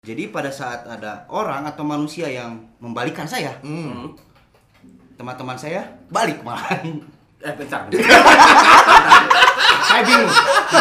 Jadi pada saat ada orang atau manusia yang membalikan saya, teman-teman saya balik malah. Bentar. Saya bingung.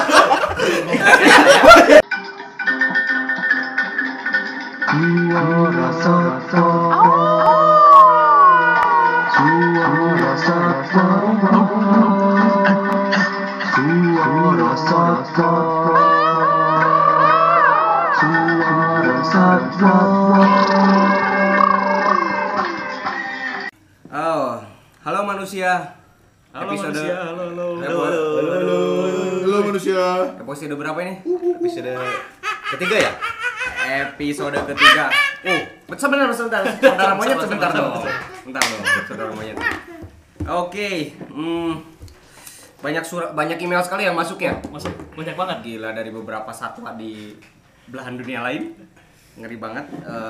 Oh, halo manusia. Halo Episode- manusia, halo. Halo manusia. Episode berapa ini? Episode ketiga ya? Episode ketiga. Sebentar. Saudara monyet sebentar dong. Bentar dong, saudara monyet. Oke, banyak email sekali yang masuk ya. Masuk banyak banget. Gila, dari beberapa satwa di belahan dunia lain. Ngeri banget.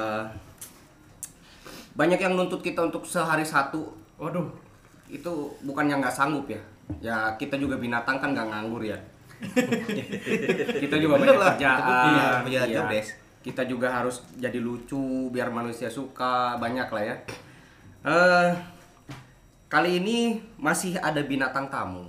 Banyak yang nuntut kita untuk sehari satu. Waduh, Itu bukannya nggak sanggup ya. Ya kita juga binatang kan nggak nganggur ya. Kita juga Bener banyak lah, kerjaan. punya Iya. job desk. Kita juga harus jadi lucu biar manusia suka, banyak lah ya. Kali ini masih ada bintang tamu.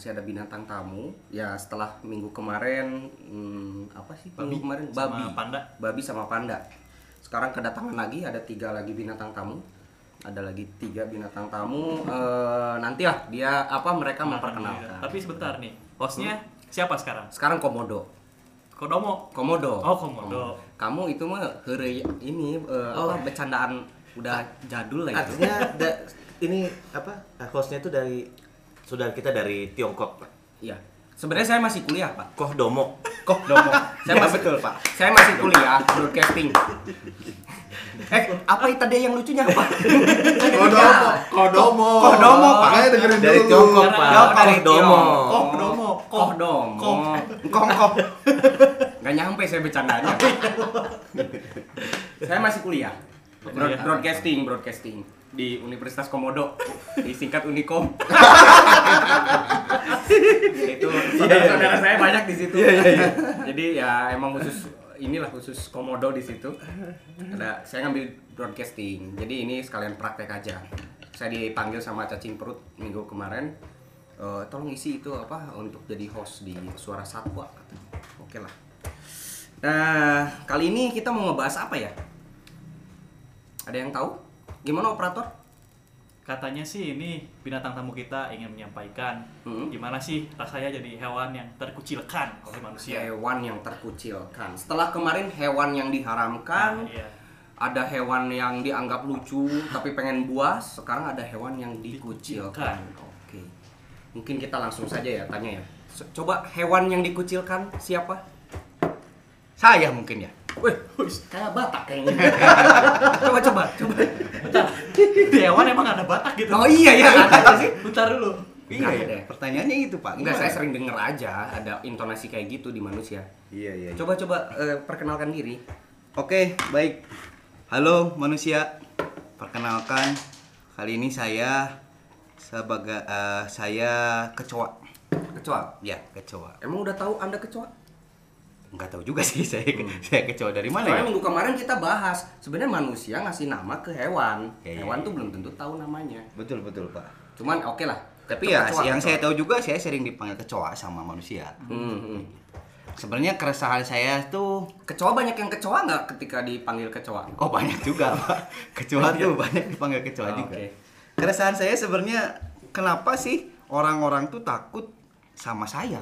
Ya setelah minggu kemarin apa sih? Minggu kemarin sama panda. Babi sama panda. Sekarang kedatangan lagi, ada 3 lagi binatang tamu. Ada lagi 3 binatang tamu. Nanti lah mereka memperkenalkan. Tapi sebentar nih, hostnya siapa sekarang? Sekarang Komodo. Kodomo. Oh, Komodo. Kamu itu mah ini bercandaan udah jadul lah itu. Artinya ini hostnya itu dari saudara kita dari Tiongkok, Pak. Iya. Sebenarnya saya masih kuliah, Pak. Kohdomo. Kodomo. Ya, betul, Pak. Saya masih kuliah broadcasting. Apa tadi yang lucunya, Pak? Kodomo, Pak. Makanya dengerin Dari dulu. Tiongkok, Pak. Dari Kohdomo. Kohdomo. Nggak nyampe saya bercandanya. Saya masih kuliah. Broadcasting di Universitas Komodo, disingkat Unikom. Itu saudara-saudara saya banyak di situ. Jadi ya emang khusus Komodo di situ. Saya ngambil broadcasting. Jadi ini sekalian praktek aja. Saya dipanggil sama cacing perut minggu kemarin. Tolong isi itu untuk jadi host di Suara Satwa. Oke lah. Nah, kali ini kita mau ngebahas apa ya? Ada yang tahu? Gimana operator? Katanya sih ini binatang tamu kita ingin menyampaikan gimana sih rasanya jadi hewan yang terkucilkan oleh manusia. Hewan yang terkucilkan. Setelah kemarin hewan yang diharamkan, Iya. ada hewan yang dianggap lucu tapi pengen buas, sekarang ada hewan yang dikucilkan. Oke. Mungkin kita langsung saja ya tanya ya. Coba hewan yang dikucilkan siapa? Saya mungkin ya. Wih, kayak Batak kayaknya. coba. Bentar. Di hewan emang ada batak gitu. Oh iya ya, ada sih. Bentar dulu. Iya ya. Pertanyaannya itu, Pak. Enggak, Gimana? saya sering denger aja ada intonasi kayak gitu di manusia. Iya. Coba perkenalkan diri. Oke, baik. Halo manusia. Perkenalkan, kali ini saya sebagai saya kecoa. Kecoa. Ya, kecoa. Emang udah tahu Anda kecoa? Enggak tahu juga sih saya kecoa dari mana Soalnya ya? minggu kemarin kita bahas sebenarnya manusia ngasih nama ke hewan. Iya. Hewan tuh belum tentu tahu namanya. Betul, Pak. Cuman oke lah. Tapi ya Kecoa, yang kecoa. saya tahu juga saya sering dipanggil kecoa sama manusia. Hmm. Sebenarnya keresahan saya tuh Kecoa banyak yang kecoa nggak ketika dipanggil kecoa? oh banyak juga, Pak. Kecoa tuh banyak dipanggil kecoa juga. Oke. Keresahan saya sebenarnya kenapa sih orang-orang tuh takut sama saya?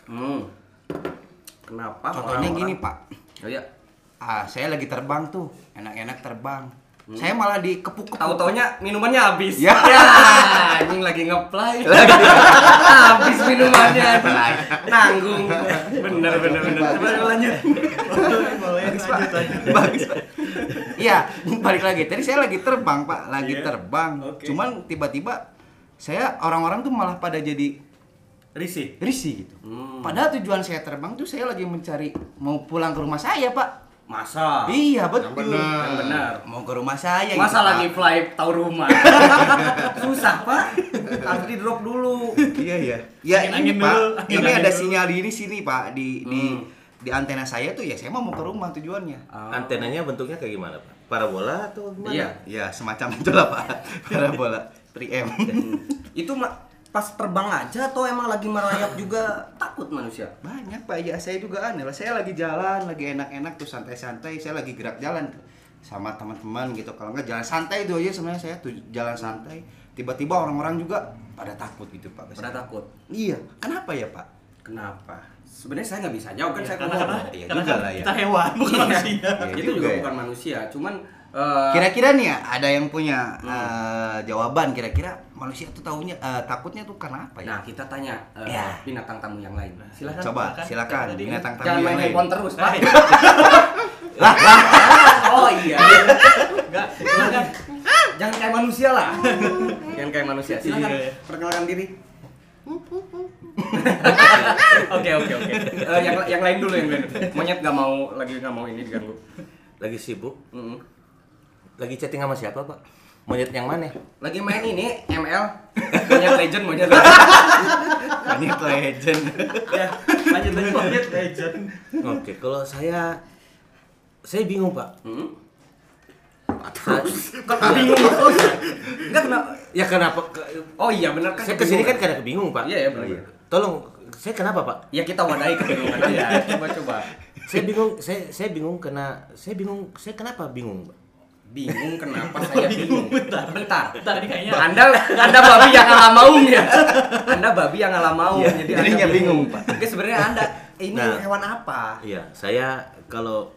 Kenapa? Contohnya orang-orang- gini, Pak. Oh iya. Saya lagi terbang tuh, enak-enak terbang. Saya malah dikepuk-kepuk. Tahu-taunya minumannya habis. Ya. Anjing lagi ngeplay. Habis minumannya. Nanggung. Bener. Coba lanjut. Bagus, Pak. Bagus, Pak. Iya, balik lagi. Tadi saya lagi terbang, Pak. Lagi Iya. terbang. Oke. Cuman tiba-tiba orang-orang tuh malah pada jadi Risih. risih gitu. Padahal tujuan saya terbang tuh saya lagi mencari mau pulang ke rumah saya, Pak. Masa? Iya, betul. Yang benar. Mau ke rumah saya Masa gitu, lagi Pak. fly tahu rumah? Susah, Pak. Harus di drop dulu. Iya. Ya Angin ini, dulu, Pak. angin Ini ada dulu. sinyal di sini, Pak, di di antena saya tuh ya saya mau ke rumah tujuannya. Antenanya bentuknya kayak gimana, Pak? Parabola atau gimana? Iya. Ya semacam itulah Pak. Parabola 3M. Itu pas terbang aja atau emang lagi merayap juga takut manusia? Banyak Pak, ya saya juga aneh lah. Saya lagi jalan, lagi enak-enak tuh santai-santai, saya lagi gerak jalan tuh sama teman-teman gitu. Kalau nggak jalan santai itu aja sebenarnya saya tuh jalan santai. Tiba-tiba orang-orang juga pada takut gitu Pak. Pada takut. Iya, kenapa ya Pak? Kenapa? Sebenarnya saya nggak bisa jawab kan, saya karena komodo. Iya karena juga kan lah ya. kita hewan bukan Iya. manusia. Iya Itu juga juga ya. bukan manusia, cuman Kira-kira nih ya, ada yang punya jawaban kira-kira manusia tuh taunya takutnya tuh karena apa ya? nah kita tanya Ya. binatang tamu yang lain. Silakan. Coba, silakan. silakan Tadi. binatang tamu Jangan yang main lain. handphone terus, Pak. Lah, Oh iya. Enggak, silakan. Jangan kayak manusia lah. Jangan kayak manusia. Silakan Iya, iya. perkenalkan diri. Oke. Yang lain dulu, yang lain. Monyet lagi nggak mau ini diganggu. Lagi sibuk? Mm-mm. Lagi chatting sama siapa, Pak? Monyet yang mana? Lagi main ini ML. Monyet Legend. ini legend. Ya, lanjut lagi Monyet Legend. Oke, kalau saya bingung, Pak. Kok bingung terus? Enggak kenapa? Ya kenapa? Oh iya benar kan. Saya kesini kan karena kebingung, Pak. Iya benar. Tolong, saya kenapa, Pak? Ya kita wadahi kebingungan aja. Coba. Saya bingung saya kenapa bingung, Pak? Bingung kenapa saya bingung? Bentar. Bentar ini kayaknya Anda babi yang ngalah maung ya. Anda babi yang ngalah maung. Iya, Jadi jadinya Anda bingung, Pak. Oke, sebenarnya Anda ini Nah. hewan apa? Iya, saya kalau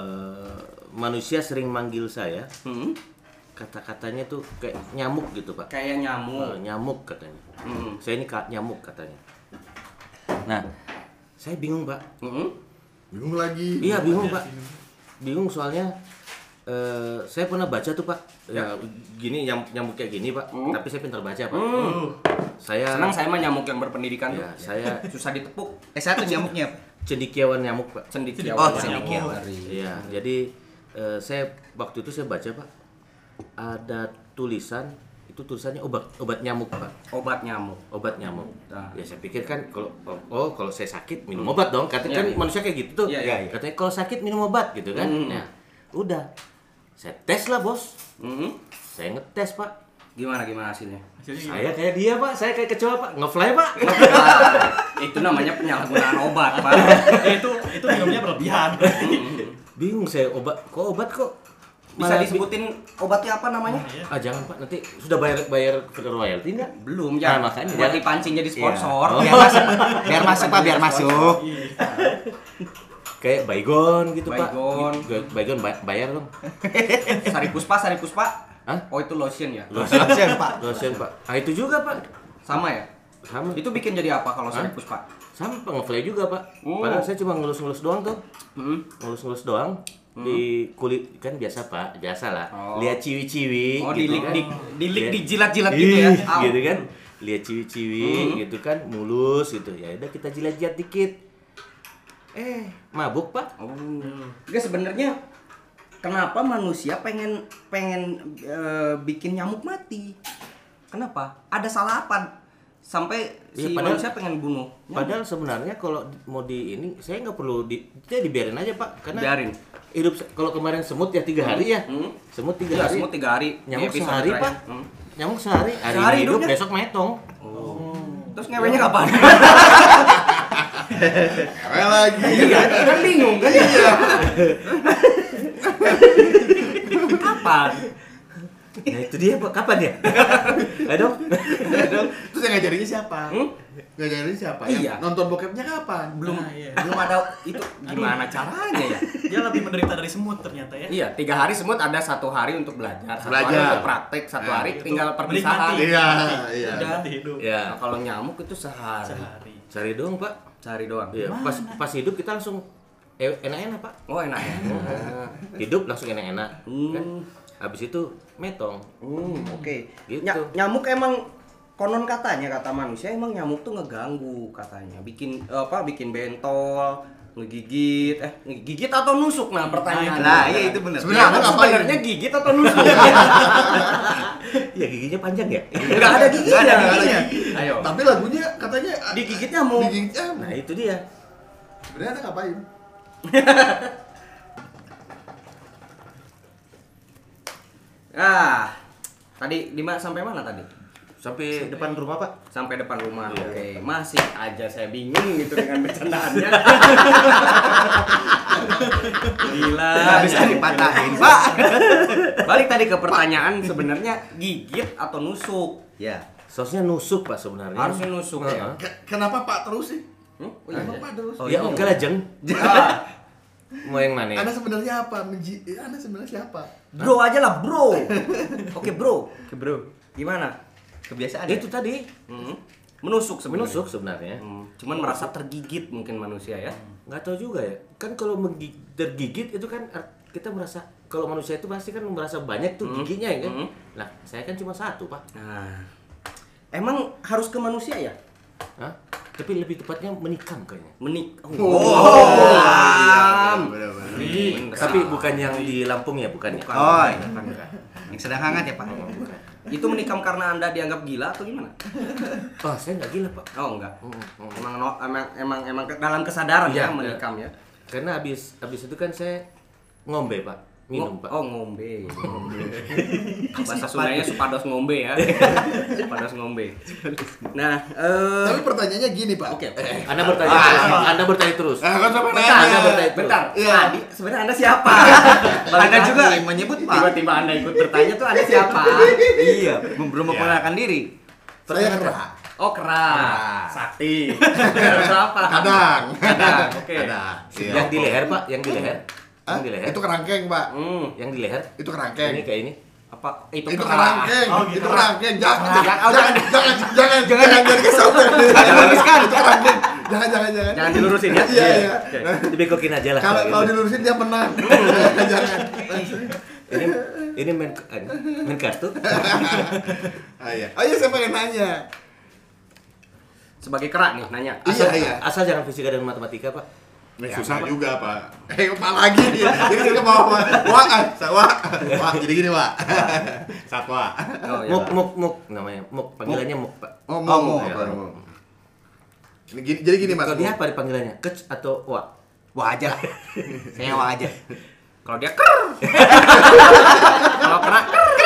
manusia sering manggil saya, kata-katanya tuh kayak nyamuk gitu, Pak. Kayak nyamuk. Nyamuk katanya. Hmm. Saya ini nyamuk katanya. Nah, saya bingung, Pak. Bingung lagi. Iya, bingung, Pak. Bingung soalnya saya pernah baca tuh, Pak. Ya, gini nyamuk kayak gini, Pak. Tapi saya pintar baca, Pak. Saya Senang saya mah nyamuk yang berpendidikan tuh. ya, saya Susah ditepuk. Satu nyamuknya. cendikiawan nyamuk, Pak. Cendikiawan. Oh, cendikiawan. Iya, jadi saya waktu itu saya baca, Pak. Ada tulisan, itu tulisannya obat nyamuk, Pak. Obat nyamuk. Obat nyamuk. Nah. Ya saya pikir kan kalau saya sakit minum obat dong. Katanya kan Iya. manusia kayak gitu tuh. Iya, iya. Katanya kalau sakit minum obat gitu kan. Nah, udah. Saya tes lah, Bos. Saya ngetes, Pak. Gimana hasilnya? Saya kayak dia, Pak. Saya kayak kecoa, Pak. Nge-fly, Pak. Itu namanya penyalahgunaan obat, Pak. itu minumnya berlebihan. Bingung saya obat kok Bisa malah disebutin obatnya apa namanya? jangan, Pak. Nanti sudah bayar royalti enggak? Belum ya. Nah, makanya buat jangan. dipancing jadi sponsor. Biar masuk, Pak, biar masuk. Kayak Baygon gitu, Baygon. Pak. Baygon bayar dong. Sari Puspa. Hah? Oh itu lotion ya? Lotion, Pak. Lotion, Pak. Ah, itu juga, Pak. Sama ya? Sama. Itu bikin jadi apa kalau Sari Puspa? Sama nge-fly juga, Pak. Padahal saya cuma ngelus-ngelus doang tuh. Ngelus-ngelus doang. Di kulit kan biasa, Pak. Biasalah. Oh. Lihat ciwi-ciwi Oh gitu dilik, kan. dilik, Lihat- dijilat-jilat gitu ya? Ih, Au. gitu kan. Lihat ciwi-ciwi gitu kan, mulus gitu. Ya udah kita jilat-jilat dikit. Mabuk, Pak. Oh. Enggak sebenarnya kenapa manusia pengen bikin nyamuk mati? Kenapa? Ada salah apa? Sampai Iya, si padahal- manusia pengen bunuh. nyamuk? Padahal sebenarnya kalau mau di ini saya nggak perlu kita dibiarin aja, Pak, karena Biarin. hidup kalau kemarin semut ya 3 hari ya, semut 3 Iya, hari, semut 3 hari. nyamuk Di episode sehari, terakhir. Pak, nyamuk sehari, hari Sehari ini hidup hidupnya? besok metong. Terus ngewenya kapan? Kayak lagi. Kan bingung kan? Kapan? Nah itu dia, Pak, kapan ya? Aduh, Terus yang ngajarinnya siapa? Ngajarinnya siapa? Yang Iya. nonton bokepnya kapan? Belum Nah, iya. belum ada itu gimana caranya ya? Dia lebih menderita dari semut ternyata ya. Iya, 3 hari semut ada 1 hari untuk belajar, 1 hari Belajar. untuk praktek, 1 Nah, hari itu tinggal perpisahan. menikmati. Iya, iya. Udah hidup. ya Nah, kalau nyamuk itu sehari. Sehari. cari dong, Pak. Sehari doang. Iya, pas hidup kita langsung enak-enak, Pak. Oh, enak ya. Hidup langsung enak-enak, kan? Hmm. Habis itu metong. Oke. Gitu. Nyamuk emang konon katanya kata manusia emang nyamuk tuh ngeganggu katanya. Bikin bikin bentol, ngegigit atau nusuk nah pertanyaannya. Nah, iya itu benar. Sebenarnya Nyamuk ngapain? sebenarnya gigit atau nusuk? Ya giginya panjang ya? Enggak ada giginya. Nggak ada giginya. Ayo. Tapi lagunya katanya Digigit nyamuk. digigit nyamuk. Nah itu dia. Sebenarnya ada ngapain? Tadi sampai mana tadi? Sampai depan rumah, Pak. Sampai depan rumah. Iya. Oke, masih aja saya bingung gitu dengan bercandaannya. Gila. Nggak bisa dipatahin, Pak. Balik tadi ke pertanyaan, sebenarnya gigit atau nusuk? Ya. Seharusnya nusuk, Pak, sebenarnya. Harusnya nusuk ya. Kenapa Pak terus sih? Oh, Kenapa Pak terus? Ya enggak lah, Jeng. Ah, Mau yang mana? Anda sebenarnya apa? Anda sebenarnya siapa? bro aja lah, bro. Oke, bro. Gimana? Kebiasaan. Itu tadi Menusuk sebenarnya. menusuk sebenarnya. Cuman merasa tergigit mungkin manusia ya. Nggak tahu juga ya. Kan kalau tergigit itu kan kita merasa kalau manusia itu pasti kan merasa banyak tuh giginya ya kan. Nah, saya kan cuma satu, Pak. Nah, emang harus ke manusia ya? Hah? Tapi lebih tepatnya menikam kayaknya. Benar-benar. Tapi bukan yang di Lampung ya, bukan ya? Oh, iya. Yang sedang hangat ya, Pak. Bukan. Itu menikam karena Anda dianggap gila atau gimana? Oh, saya nggak gila, Pak. Oh, enggak. Emang dalam kesadaran Iya, ya menikam ya. Karena habis itu kan saya ngombe, Pak. Minum, Pak. Oh, ngombe. Bahasa Sundanya supados ngombe ya. Supados ngombe. Nah, Tapi pertanyaannya gini Pak. oke. Anda bertanya terus. Anda bertanya terus. Kan sampai Bentar, nanya. bentar. Iya. Tadi sebenarnya Anda siapa? Anda juga yang menyebut, Pak. Tiba-tiba Anda ikut bertanya tuh Anda siapa? Iya, belum memperkenalkan diri. Saya Kera. Oh, Kera. Sakti. Siapa? Kadang. Oke. Kadang. Iya. Yang di leher, Pak. Yang di leher. Hah? Yang di leher. Itu kerangkeng Pak. Yang di leher. Itu kerangkeng. Ini kayak ini. Apa? Itu Kera. kerangkeng. Oh, gitu. Itu kerangkeng. Jangan Jangan. jangan kesampean. Diluruskan. Itu kerangkeng. Jangan. Jangan dilurusin ya. Iya, iya. Dibekokin aja lah. Kalau gitu. dilurusin dia menang. Jangan. Ini main kartu. Iya. Ayo saya pengen nanya. Sebagai Kera nih nanya. Iya. Asal jangan fisika dan matematika, Pak. Susah juga Pak. Apa lagi dia? Ini ke bawah Pak. Wah, jadi gini Pak. Satwa. Oh, iya. Muk namanya. Muk panggilannya Muk, Pak. Oh, mau. Ya. Ini gini, jadi gini Mas. Kalau dia apa panggilannya? Kec atau Wa? Wah aja lah. Saya wah aja. Kalau dia ker. Kalau Kera.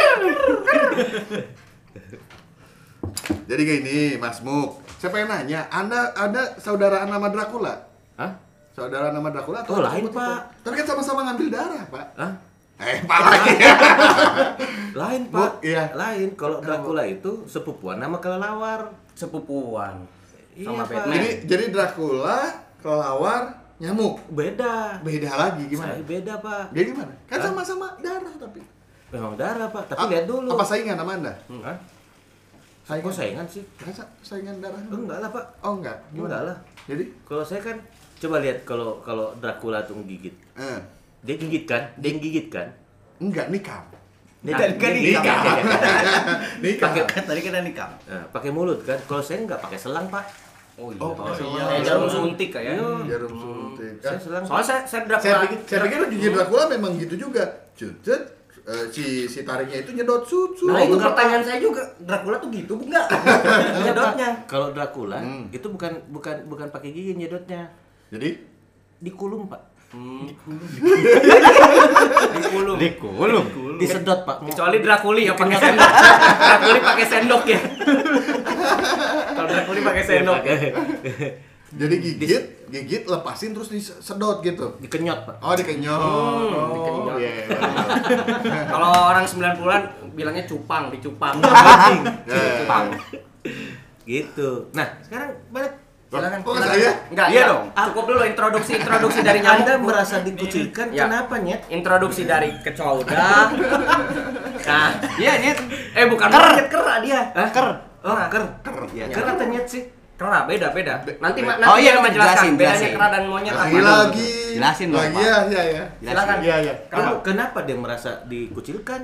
Jadi gini Mas Muk. Saya pengen nanya, Anda saudara nama Dracula? Hah? Saudara nama Dracula Oh, lain, sebut itu? Pak. Tapi kan sama-sama ngambil darah, Pak. Hah? Pak lagi. Lain, Bu, Pak. iya. Lain. Kalau Dracula itu sepupuan nama kelelawar. Sepupuan. Iya, Sama Pak. Batman. Jadi Dracula, kelelawar, nyamuk. Beda. Beda lagi gimana? Saya beda, Pak. Dia gimana? Kan Hah? sama-sama darah tapi. Memang darah, Pak. Tapi lihat dulu. Apa saingan sama Anda? Hah? Kok saingan sih? Masa saingan darah? Enggak lah, Pak. Oh, enggak. Enggak lah. Jadi? Kalau saya kan coba lihat kalau Dracula tuh gigit. Eh, Dia gigit kan? Dia gigit kan? enggak nikam. Kan nikam. Nikam. Tadi kita nikam. Nah, pakai mulut kan? Kalau saya nggak pakai selang, Pak. Oh iya. Oh, pakai selang. Kayak jarum suntik kayak. Jarum suntik. Saya selang. Soalnya saya Saya Dracula. pikir gigi Dracula memang gitu juga. Cucut, si tariknya itu nyedot susu. Nah, itu pertanyaan saya juga. Dracula tuh gitu enggak? Nyedotnya. Kalau Dracula itu bukan pakai gigi nyedotnya. Jadi Dikulum, Pak. Dikulum. Disedot, Pak. Kecuali Draculi ya pakai sendok. Draculi pakai sendok ya. Kalau Draculi pakai sendok ya. jadi gigit lepasin terus disedot gitu. Dikenyot, Pak. Oh, dikenyot. dikenyot. Iya. Kalau orang 90-an bilangnya cupang, dicupang. Cupang. Gitu. Nah, sekarang balik. Silakan. Kok saya? Enggak, Iya iya dong. dong. Cukup dulu introduksi dari nyamuk. Anda merasa dikucilkan Ya. kenapa, Nyet? Introduksi dari kecoa udah. Nah, Iya, Nyet. bukan monyet, kera dia. Hah? Ker. Oh, Kera. ker. Iya. Ker atau Nyet sih? Kera beda. Nanti Oh, iya, dia menjelaskan jelasin. bedanya kera dan monyet apa. Lagi. Jelasin dong, Lagi Pak. ya. Silakan. Iya. Kenapa dia merasa dikucilkan?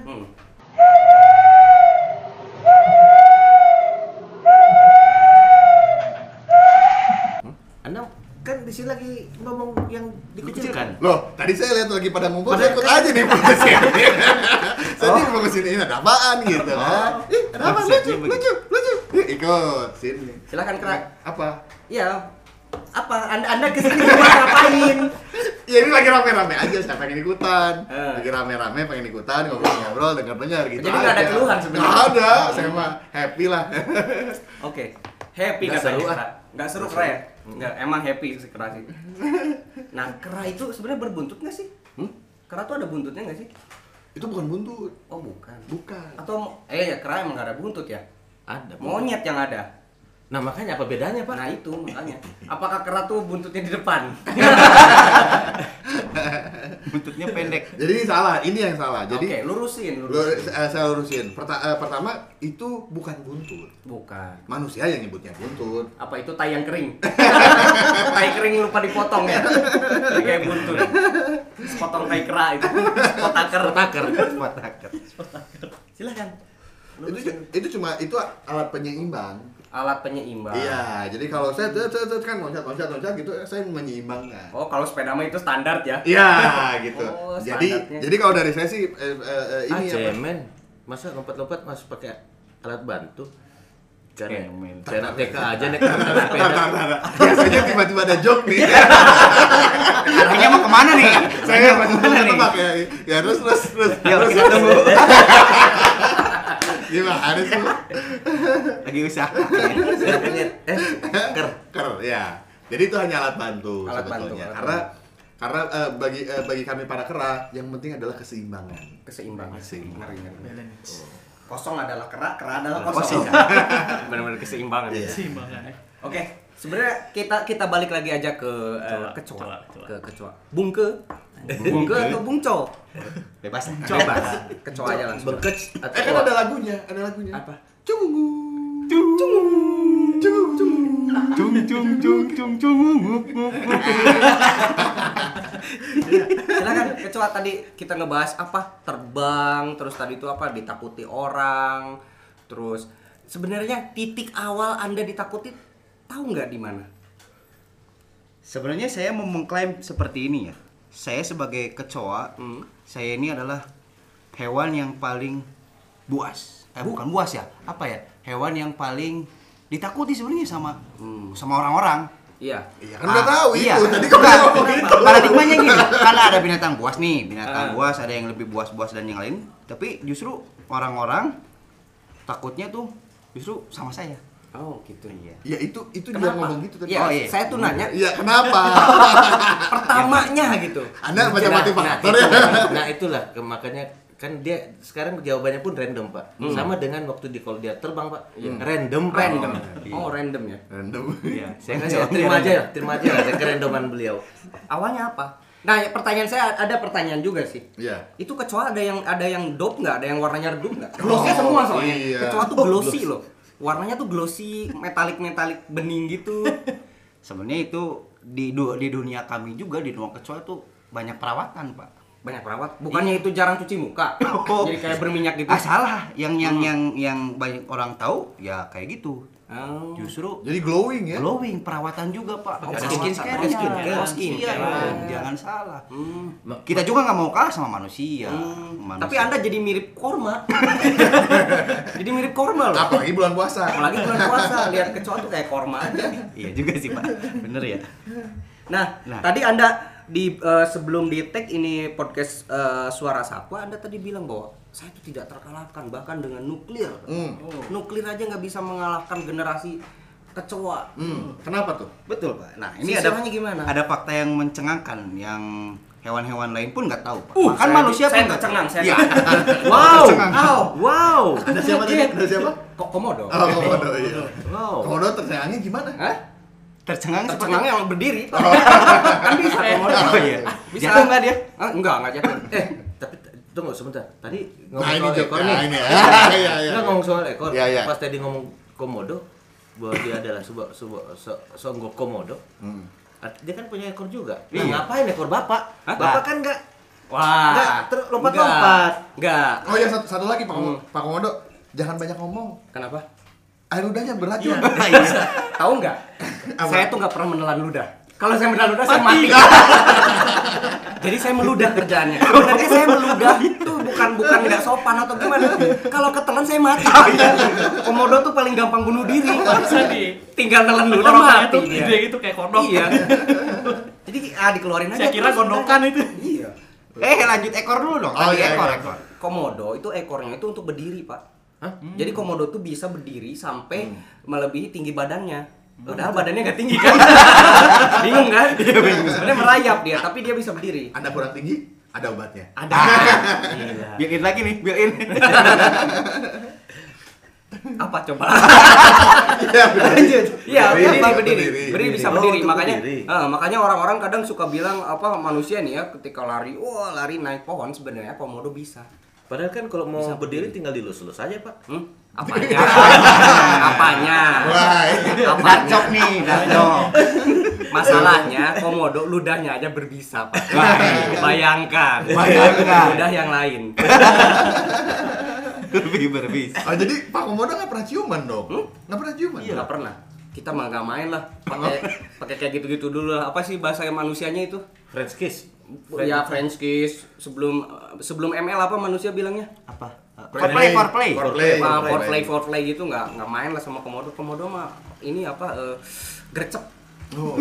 Anda kan di sini lagi ngomong yang dikucilkan. Loh, tadi saya lihat lagi pada ngumpul, saya ikut aja nih fokus ya. Saya nih fokus ini ada apaan gitu kan. Ih, ada apa? Lucu. Ikut sini. Silakan kera. Apa? Iya. Apa? Anda kesini cuma ngapain? Ya ini lagi rame-rame aja, saya pengen ikutan. Lagi rame-rame pengen ikutan, ngobrol-ngobrol, dengar-dengar gitu. Jadi nggak ada keluhan sebenarnya? Nggak ada, saya mah happy lah. Oke. Happy Nggak katanya seru, kera. Nggak seru kera ya? Nggak, emang happy sih kera sih. Nah, kera itu sebenarnya berbuntut nggak sih? Kera tuh ada buntutnya nggak sih? Itu bukan buntut. Oh, bukan. Bukan. Atau ya kera emang nggak ada buntut ya? Ada. Monyet yang ada. Nah makanya apa bedanya Pak? Nah itu makanya. Apakah kera tuh buntutnya di depan? Buntutnya pendek. Jadi ini salah, ini yang salah. Jadi Oke, lurusin. saya lurusin. Pertama itu bukan buntut. Bukan. Manusia yang nyebutnya buntut. Apa itu tai yang kering? Tai kering lupa dipotong ya? Jadi kayak buntut. Sepotong tai kera itu. Spotaker. Silakan. Itu cuma alat penyeimbang. Alat penyeimbang. Iya, jadi kalau saya kan loncat gitu, saya menyeimbangkan. Oh, kalau sepeda mah itu standar ya? Iya, gitu. Oh, jadi standarnya. kalau dari saya sih ini cemen. Masa lompat-lompat masih pakai alat bantu? Cemen. Saya nak TK aja naik sepeda. Biasanya tiba-tiba ada joke nih. Arahnya mau kemana nih? Saya masih Kemana nih? tebak ya. Terus. Yuk kita tunggu. Gimana sih? Lagi usaha. Ker, ya. Jadi itu hanya alat bantu Alat bantu, sebetulnya. alat Karena bagi kami para kera, yang penting adalah keseimbangan. Keseimbangan. Keseimbangan. Balance. Kosong adalah kera adalah kosong. Benar-benar keseimbangan. Iya. Keseimbangan. Oke, sebenarnya kita balik lagi aja ke kecoa. Ke kecoa. Bungke atau bungco? Bebas. Coba. Kecoa aja langsung. Bengkec atau Kan ada lagunya. Apa? Cungu. Silakan kecoa, tadi kita ngebahas apa? Terbang, terus tadi itu apa? Ditakuti orang. Terus sebenarnya titik awal Anda ditakuti tahu nggak di mana? Sebenarnya saya mau mengklaim seperti ini ya. Saya sebagai kecoa, saya ini adalah hewan yang paling buas. Bukan buas ya, apa ya? Hewan yang paling ditakuti sebenarnya sama orang-orang. Iya. Iya kan udah tahu Iya. itu. Tadi kamu ngomong gitu. Paradigmanya gini, karena ada binatang buas nih, binatang buas ada yang lebih buas-buas dan yang lain, tapi justru orang-orang takutnya tuh justru sama saya. Oh, gitu. Iya. Ya itu dia Kenapa? ngomong gitu tadi. Ya, Oh, iya. saya tuh nanya Iya, kenapa? pertamanya gitu. Anda baca motivator ya. Nah itulah makanya kan dia sekarang jawabannya pun random Pak. Sama dengan waktu kalau dia terbang Pak. Random. Oh, random ya. Random. Iya. Saya terima aja lah kerandoman beliau. Awalnya apa? Nah, pertanyaan saya ada pertanyaan juga sih. Iya. Itu kecoa ada yang dope nggak? Ada yang warnanya redup nggak? Glossy semua soalnya. iya. Kecoa tuh glossy loh. Warnanya tuh glossy, metalik bening gitu. Sebenarnya itu di dunia kami juga di dunia kecoa itu banyak perawatan, Pak. Banyak perawat. Bukannya itu jarang cuci muka. Oh. Jadi kayak berminyak gitu. Salah. Yang banyak orang tahu ya kayak gitu. Oh. Justru Jadi glowing ya. glowing perawatan juga Pak. Ada Perawatan. skincare. Iya, skincare. jangan salah. Kita juga nggak mau kalah sama manusia. Tapi Anda jadi mirip korma. Jadi mirip korma loh. Apalagi bulan puasa. Apalagi bulan puasa, lihat kecoa tuh kayak korma aja. Iya juga sih Pak. Bener ya. Nah, tadi Anda sebelum di tag ini podcast Suara Satwa, Anda tadi bilang bahwa saya itu tidak terkalahkan bahkan dengan nuklir. Nuklir aja nggak bisa mengalahkan generasi kecoa. Kenapa tuh? Betul Pak. Nah ini Sisanya gimana? ada fakta yang mencengangkan yang hewan-hewan lain pun nggak tahu Pak. Bahkan Saya- manusia saya pun nggak tercengang, tahu. saya Iya. Wow. Tercengang. Wow. Ada siapa tadi? Ada siapa? Kok komodo? Oh, komodo iya. Wow. Komodo tercengangnya gimana? Hah? Tercengang Tercengangnya yang berdiri. Kan bisa komodo. Oh iya. Bisa. Jatuh nggak dia? Enggak jatuh. Tapi tunggu sebentar. Tadi Nah, ngomong ini soal joke. ekor Nah, nih. ini ya. Iya, iya. Nggak ngomong soal ekor. Iya, iya. Pas tadi ngomong komodo bahwa dia adalah sebuah songgok komodo. Dia kan punya ekor juga. Nah, Iya. ngapain ekor bapak? Hah? Bapak kan nggak Wah. lompat-lompat. Enggak. Oh ya satu lagi Pak Komodo, jangan banyak ngomong. Kenapa? Air ludahnya beracun. Tahu nggak? Apa? Saya tuh nggak pernah menelan ludah. Kalau saya menelan ludah, saya mati. Jadi saya meludah kerjaannya. Sebenarnya saya meludah itu bukan nggak sopan atau gimana. Kalau ketelan saya mati. Komodo tuh paling gampang bunuh diri. Bisa nih. Tinggal nelan ludah Tenggorokannya mati tuh dia. gede gitu kayak kodok. Iya. Jadi dikeluarin aja. Saya kira terus gondokan udah. itu. Iya. Lanjut ekor dulu dong. Oh, Tadi iya, ekor, iya. ekor. Komodo itu ekornya itu untuk berdiri, Pak. Hah? Jadi komodo tuh bisa berdiri sampai melebihi tinggi badannya. Padahal badannya nggak tinggi kan? Bingung kan? Sebenarnya merayap dia, tapi dia bisa berdiri. Anda kurang tinggi, ada obatnya. Ada. Gila. Built-in lagi nih, built-in. Apa coba? Iya, Lanjut. Iya, Berdiri, berdiri. berdiri. Berdiri bisa Oh, berdiri. untuk Makanya berdiri. makanya orang-orang kadang suka bilang apa manusia nih ya ketika lari, wah lari naik pohon, sebenarnya komodo bisa. Padahal kan kalau mau Bisa berdiri tinggal dilus-lus aja, Pak. Apanya? Apanya? Wah, Dacok nih, dacok. Masalahnya komodo ludahnya aja berbisa, Pak. Bayangkan. Bayangkan. Ludah yang lain. Lebih berbisa. oh, jadi Pak Komodo nggak pernah ciuman dong? Nggak pernah ciuman? Nggak pernah. Kita mah nggak main lah. Pakai kayak gitu-gitu dulu lah. Apa sih bahasa manusianya itu? French kiss. Ya French kiss. Sebelum ML apa manusia bilangnya? Apa? Foreplay. Foreplay gitu nggak main lah sama komodo mah ini apa gercep. Oh,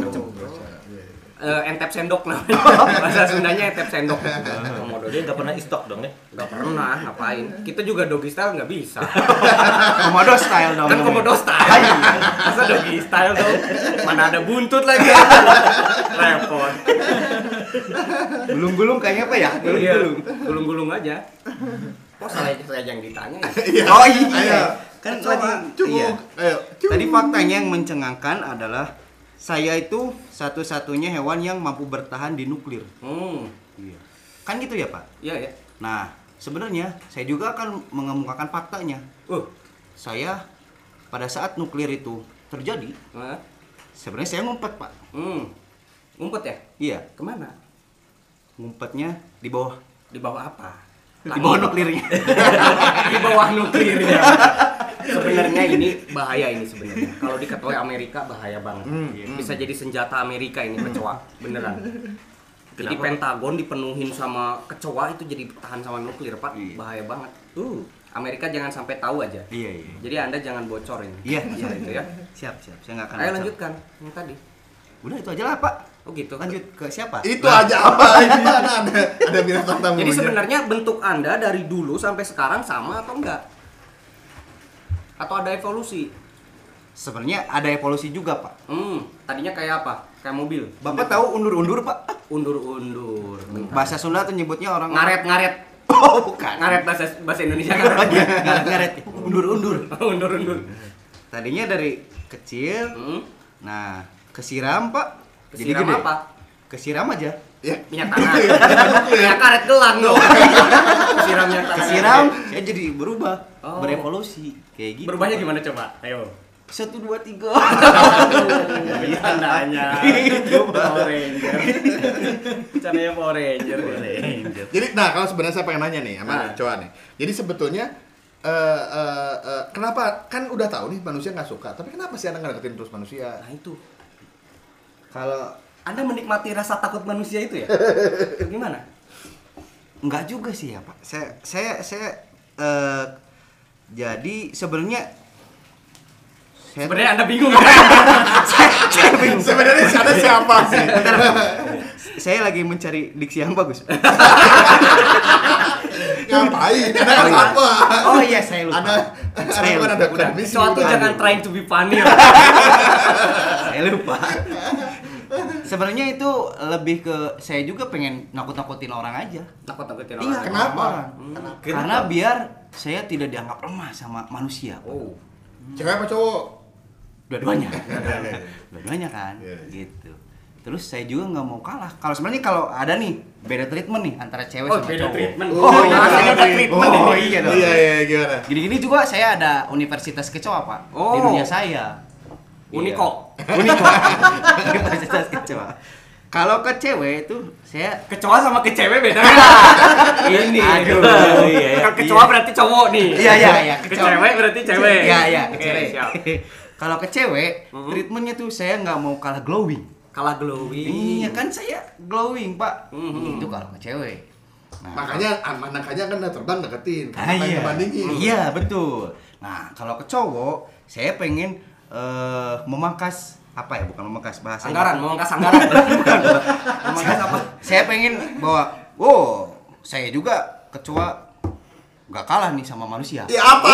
Entep sendok namanya. Bahasa Sundanya entep sendok. Komodo Dia nggak pernah istok dong ya? nggak pernah ngapain. Kita juga doggy style nggak bisa. Komodo style dong. Kan komodo style. Masa doggy style dong? Mana ada buntut lagi. Repot. Gulung-gulung kayaknya apa ya? Iya, Gulung-gulung. gulung-gulung aja. Kok saya yang ditanya ya? Iya. Oh iya. Ayo. Kan Coba, tadi cukup. iya. Ayo. cukup. Tadi faktanya yang mencengangkan adalah saya itu satu-satunya hewan yang mampu bertahan di nuklir. Iya. Kan gitu ya, Pak? Iya ya. Nah, sebenarnya saya juga akan mengemukakan faktanya. Saya pada saat nuklir itu terjadi, Hah? sebenarnya saya ngumpet, Pak. Ngumpet ya? Iya, Kemana? ngumpetnya di bawah Di bawah apa? di bawah nuklirnya. Di bawah nuklir ya. Sebenarnya ini bahaya ini sebenarnya. Kalau diketahui Amerika bahaya banget. Bisa jadi senjata Amerika ini kecoa, beneran. Jadi Pentagon dipenuhin sama kecoa itu jadi tahan sama nuklir, Pak. Iya. Bahaya banget. Amerika jangan sampai tahu aja. Iya, iya. Jadi Anda jangan bocor ini. Iya, Masalah itu ya. Siap. Saya nggak akan Ayo bocor. lanjutkan yang tadi. Udah itu aja lah, Pak. Oh gitu. Lanjut ke siapa? Itu aja apa? Gimana ada binatang tamu? Jadi sebenarnya bentuk Anda dari dulu sampai sekarang sama atau enggak? Atau ada evolusi? Sebenarnya ada evolusi juga, Pak. Tadinya kayak apa? Kayak mobil. Bapak tahu undur-undur, Pak? Undur-undur. Bahasa Sunda tuh nyebutnya orang Ngaret-ngaret. Oh, bukan. Ngaret bahasa Indonesia Oh, ngaret. iya, ngaret. Undur-undur. Undur-undur. Tadinya dari kecil, nah kesiram, Pak. Kesiram gede. apa? Kesiram aja. Ya. Minyak tanah. Minyak karet gelang dong. Siram minyak tanah. Kesiram, saya jadi berubah, Oh. berevolusi kayak gitu. Berubahnya gimana coba? Ayo. 1, 2, 3. Tandanya. Power Ranger. Caranya Power Ranger. Jadi, nah kalau sebenarnya saya pengen nanya nih sama Nah. Coa nih. Jadi sebetulnya kenapa kan udah tahu nih manusia nggak suka, tapi kenapa sih Anda nggak deketin terus manusia? Nah itu. Kalau Anda menikmati rasa takut manusia itu ya? Gimana? enggak juga sih ya, Pak. Saya jadi sebenarnya Sebenarnya Anda bingung kan? saya bingung. Sebenarnya Anda siapa sih? Saya lagi mencari diksi yang bagus. Ngapain? Anda kan apa? Oh iya, saya lupa. Anda bukan ada Udah, misi. suatu bukan. jangan trying to be funny. Saya lupa. Sebenarnya itu lebih ke saya juga pengen nakut-nakutin orang aja. Nakut-nakutin Iya, orang. Kenapa? Karena biar saya tidak dianggap lemah sama manusia. Oh. Cewek apa cowok? Dua-duanya. Dua-duanya kan, Iya. gitu. Terus saya juga nggak mau kalah. Kalau sebenarnya kalau ada nih beda treatment nih antara cewek Oh, sama beda cowok. treatment. Oh, iya. Rasanya beda treatment Oh, ini. iya dong. Iya gimana? Gini-gini juga saya ada universitas kecoa, Pak. Di Oh. dunia saya. Uniko. Iya. Uniko. Universitas kecoa. Kalau ke cewek itu saya Kecoa sama ke cewek beda. Ini. Aduh, iya. Kalau kecoa berarti cowok nih. Iya. Ke cewek berarti cewek. Iya, ke Oke, cewek. siap. Kalau ke cewek, treatmentnya tuh saya nggak mau kalah glowing. Kalah glowing. Iya kan saya glowing, Pak. Itu kalau ke cewek. Nah, Makanya kan udah terbang deketin. Ah, Apa iya. yang ngebandingin? Iya, betul. Nah, kalau ke cowok, saya pengen memangkas apa ya, bukan memangkas bahasa Memangkas anggaran. Memangkas apa? Saya pengen bahwa saya juga kecoa nggak kalah nih sama manusia. Ya apa?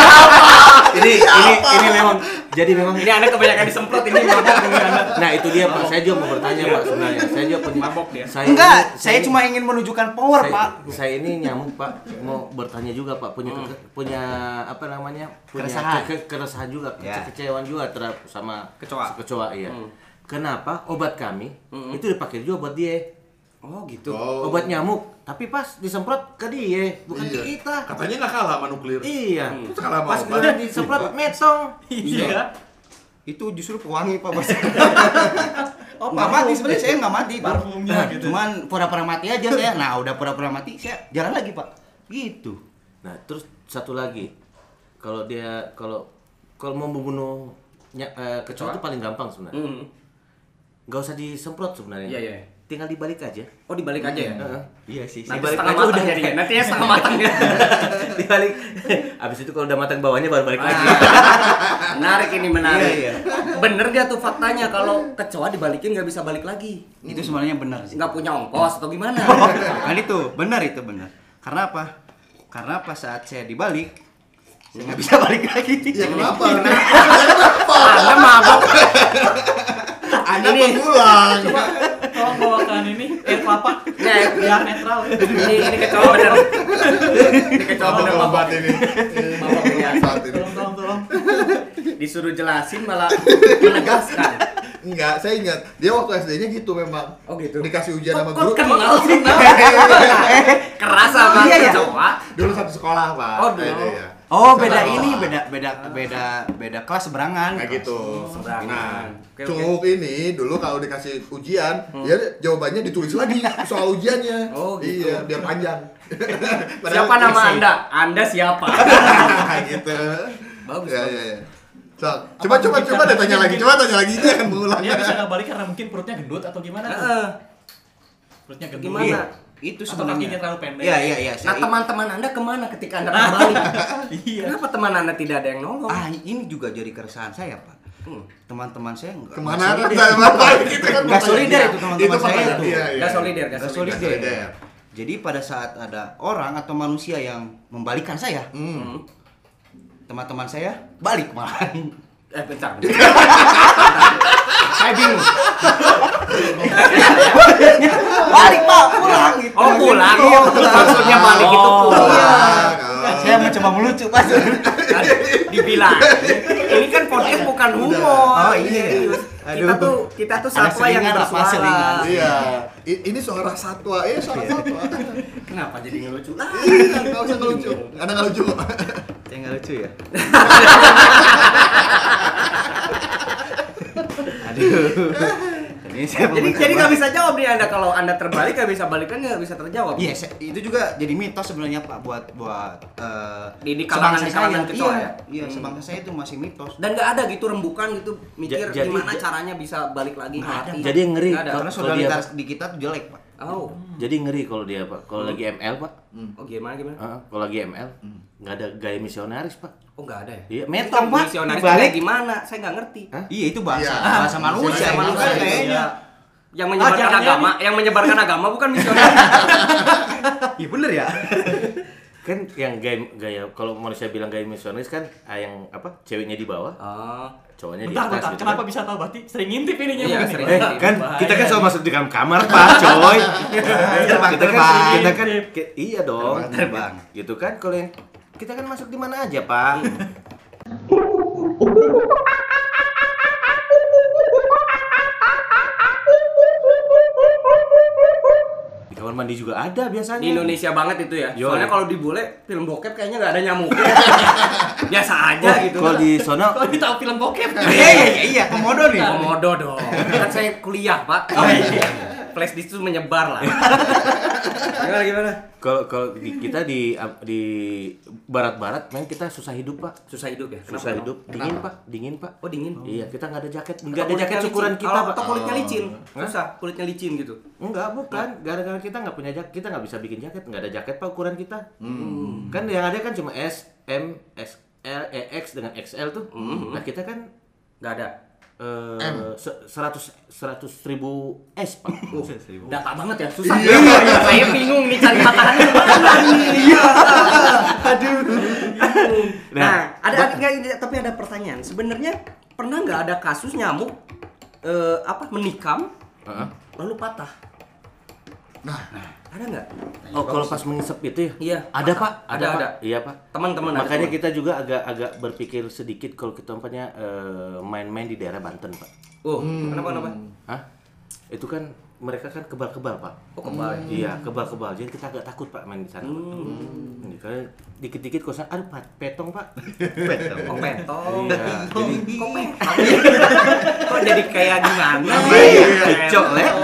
Ini memang jadi memang Ini Anda kebanyakan disemprot ini mabok ini Anda. nah itu dia Pak, saya juga mau bertanya Pak sebenarnya. Saya juga Mabok dia. Enggak, saya cuma ingin menunjukkan power, Pak. Saya ini nyamuk Pak, mau bertanya juga Pak, punya apa namanya? Punya Keresahan. keresahan juga, Ya. kekecewaan juga terhadap sama Kecoa. iya. Kenapa obat kami itu dipakai juga buat dia? Oh gitu. Obat nyamuk, tapi pas disemprot ke dia, bukan ke kita. Katanya nggak kalah sama nuklir. Iya. Terus kalah sama Pas obat. udah disemprot metong. Iya. Itu justru pewangi, Pak, Bos. Oh, Nggak mati sebenarnya, saya nggak mati, Pak. Parfumnya gitu. Cuman pura-pura mati aja saya. Nah, udah pura-pura mati, saya jalan lagi, Pak. Gitu. Nah, terus satu lagi. Kalau mau membunuh kecoa itu paling gampang sebenarnya. Nggak usah disemprot sebenarnya. Iya. Tinggal dibalik aja. Oh dibalik aja ya? Iya sih. Nanti Dibalik setengah aja matang udah. jadinya. Nantinya setengah matang ya. Dibalik. Abis itu kalau udah matang bawahnya baru balik lagi. Menarik ini menarik. Iya. Bener dia tuh faktanya kalau kecoa dibalikin nggak bisa balik lagi. Itu sebenarnya benar sih. Nggak punya ongkos atau gimana? Kan itu benar. Karena apa? Karena pas saat saya dibalik, saya nggak bisa balik lagi. Ya kenapa? Anda mabok. Anda pulang. Tolong bawakan ini air kelapa. Nah, Biar netral. Ini kecoa bener. Ini kecoa bener mabok. Obat ini. Mabok ini ya. Saat ini. Tolong. Disuruh jelasin malah menegaskan. Enggak, saya ingat. Dia waktu SD-nya gitu memang. Oh gitu. Dikasih ujian sama Kok guru. kenal sih? Keras sama Iya. kecoa. Dulu satu sekolah, Pak. Oh, dulu. Iya. Oh, Satu beda sekolah. ini, beda kelas seberangan. Kayak gitu. Seberangan. Nah, Oke, Cunguk ini dulu kalau dikasih ujian, dia jawabannya ditulis lagi soal ujiannya. Oh, gitu. Iya, biar panjang. Siapa nama Anda? Anda siapa? Kayak gitu. Bagus, Ya, bagus. ya, ya. So, coba deh tanya lagi. Coba tanya lagi, dia akan mengulang. Dia bisa nggak balik karena mungkin perutnya gendut atau gimana? tuh? Heeh. Perutnya gendut. Gimana? Iya, itu Atau sebenarnya. kakinya terlalu pendek. Iya. Nah, teman-teman Anda kemana ketika Anda kembali? Iya. Kenapa teman Anda tidak ada yang nolong? Ini juga jadi keresahan saya, Pak. Teman-teman saya enggak. Kemana saya bapak gitu kan? Nggak solidar itu teman-teman saya pertanyaan. tuh. Iya, iya. Nggak solidar, nggak Nggak solidar. solidar. Jadi pada saat ada orang atau manusia yang membalikan saya, teman-teman saya balik malahan. Bentar. Saya bingung. Balik, Pak, pulang gitu. Oh, pulang. Iya, Maksudnya balik itu pulang. Pulang. Saya mencoba melucu, Pak. Dibilang. Ini kan podcast bukan humor. Oh, iya. Serius. Aduh. Kita tuh Ada satwa yang selingan, Pak, bersuara. selingan. Iya. Ini suara satwa. Suara satwa. Kenapa jadi ngelucu lah? Iya, nggak usah ngelucu. Anda nggak lucu. Saya nggak lucu ya. Aduh. Ini saya Jadi nggak bisa jawab nih Anda kalau Anda terbalik nggak bisa balikan nggak bisa terjawab. Iya, itu juga jadi mitos sebenarnya, Pak, buat Di kalangan kecoa ya? Iya, sebangsa saya itu masih mitos. Dan nggak ada gitu rembukan gitu mikir Jadi- gimana caranya bisa balik lagi Nggak ada, mati. Jadi yang ngeri. Nggak ada. Karena Kalau solidaritas di kita tuh jelek, Pak. Oh. Jadi ngeri kalau dia Pak. Kalau lagi ML Pak. Oh gimana? Kalau lagi ML nggak ada gaya misionaris Pak. Oh nggak ada ya? Iya, Ini metong kan Pak. misionaris Dibalik. kayak gimana? Saya nggak ngerti. Hah? Iya, itu bahasa Iya. bahasa manusia, Bahasa manusia, kayaknya. Yang menyebarkan jangan agama, yang menyebarkan agama bukan misionaris. Iya, bener ya? Kan yang gaya kalau manusia bilang gaya misionaris kan yang apa? Ceweknya di bawah, Oh. cowoknya di Bentar, atas gitu kenapa kan. bisa tahu berarti sering ngintip ini Iya, nyamuk sering. ini? Kan Bahaya. kita kan selalu masuk di dalam kamar Pak, coy. Kita kan iya dong. Terbang. Gitu kan kalau yang kita kan masuk di mana aja, Pak. Di kamar mandi juga ada biasanya. Di Indonesia banget itu ya. Yo. Soalnya kalau di bule film bokep kayaknya nggak ada nyamuknya. Biasa aja gitu. Kalau di sono Kalau kita tahu film bokep. Iya, komodo nih. Komodo dong. Kan saya kuliah, Pak. Oh, iya. Flash disk itu menyebar lah. Gimana? kalau kita di barat-barat main kita susah hidup, Pak. Susah hidup ya? Susah hidup. Dingin, Pak. Dingin, Pak. Oh dingin. Iya, kita nggak ada jaket. Atau Nggak ada kulitnya jaket licin. ukuran kita, Pak. Atau kulitnya licin. Susah, kulitnya licin gitu. Enggak, bukan. Gara-gara kita nggak punya jaket, kita nggak bisa bikin jaket. Nggak ada jaket, Pak, ukuran kita. Kan yang ada kan cuma S, M, XL, EX dengan XL tuh. Nah, kita kan Nggak ada. 100.000 S Pak. Data banget ya, susah. Saya bingung nih cari makanan mana nih. Nah, tapi ada pertanyaan. Sebenarnya pernah nggak ada kasus nyamuk menikam lalu patah? Nah, ada nggak? Oh, kalau pas mengisep itu ya? Iya. Ada, Pak. Ada. Pak. Iya, Pak. Teman-teman ada Makanya teman. kita juga agak berpikir sedikit kalau kita umpamanya main-main di daerah Banten, Pak. Oh, kenapa? Hah? Itu kan mereka kan kebal-kebal, Pak. Oh, kebal. Iya, kebal-kebal. Jadi kita agak takut, Pak, main di sana. Pak. Karena dikit-dikit kosan, aduh, petong, Pak. Oh, petong. Iya. Jadi Kok petong? Kok jadi kayak gimana? Cok,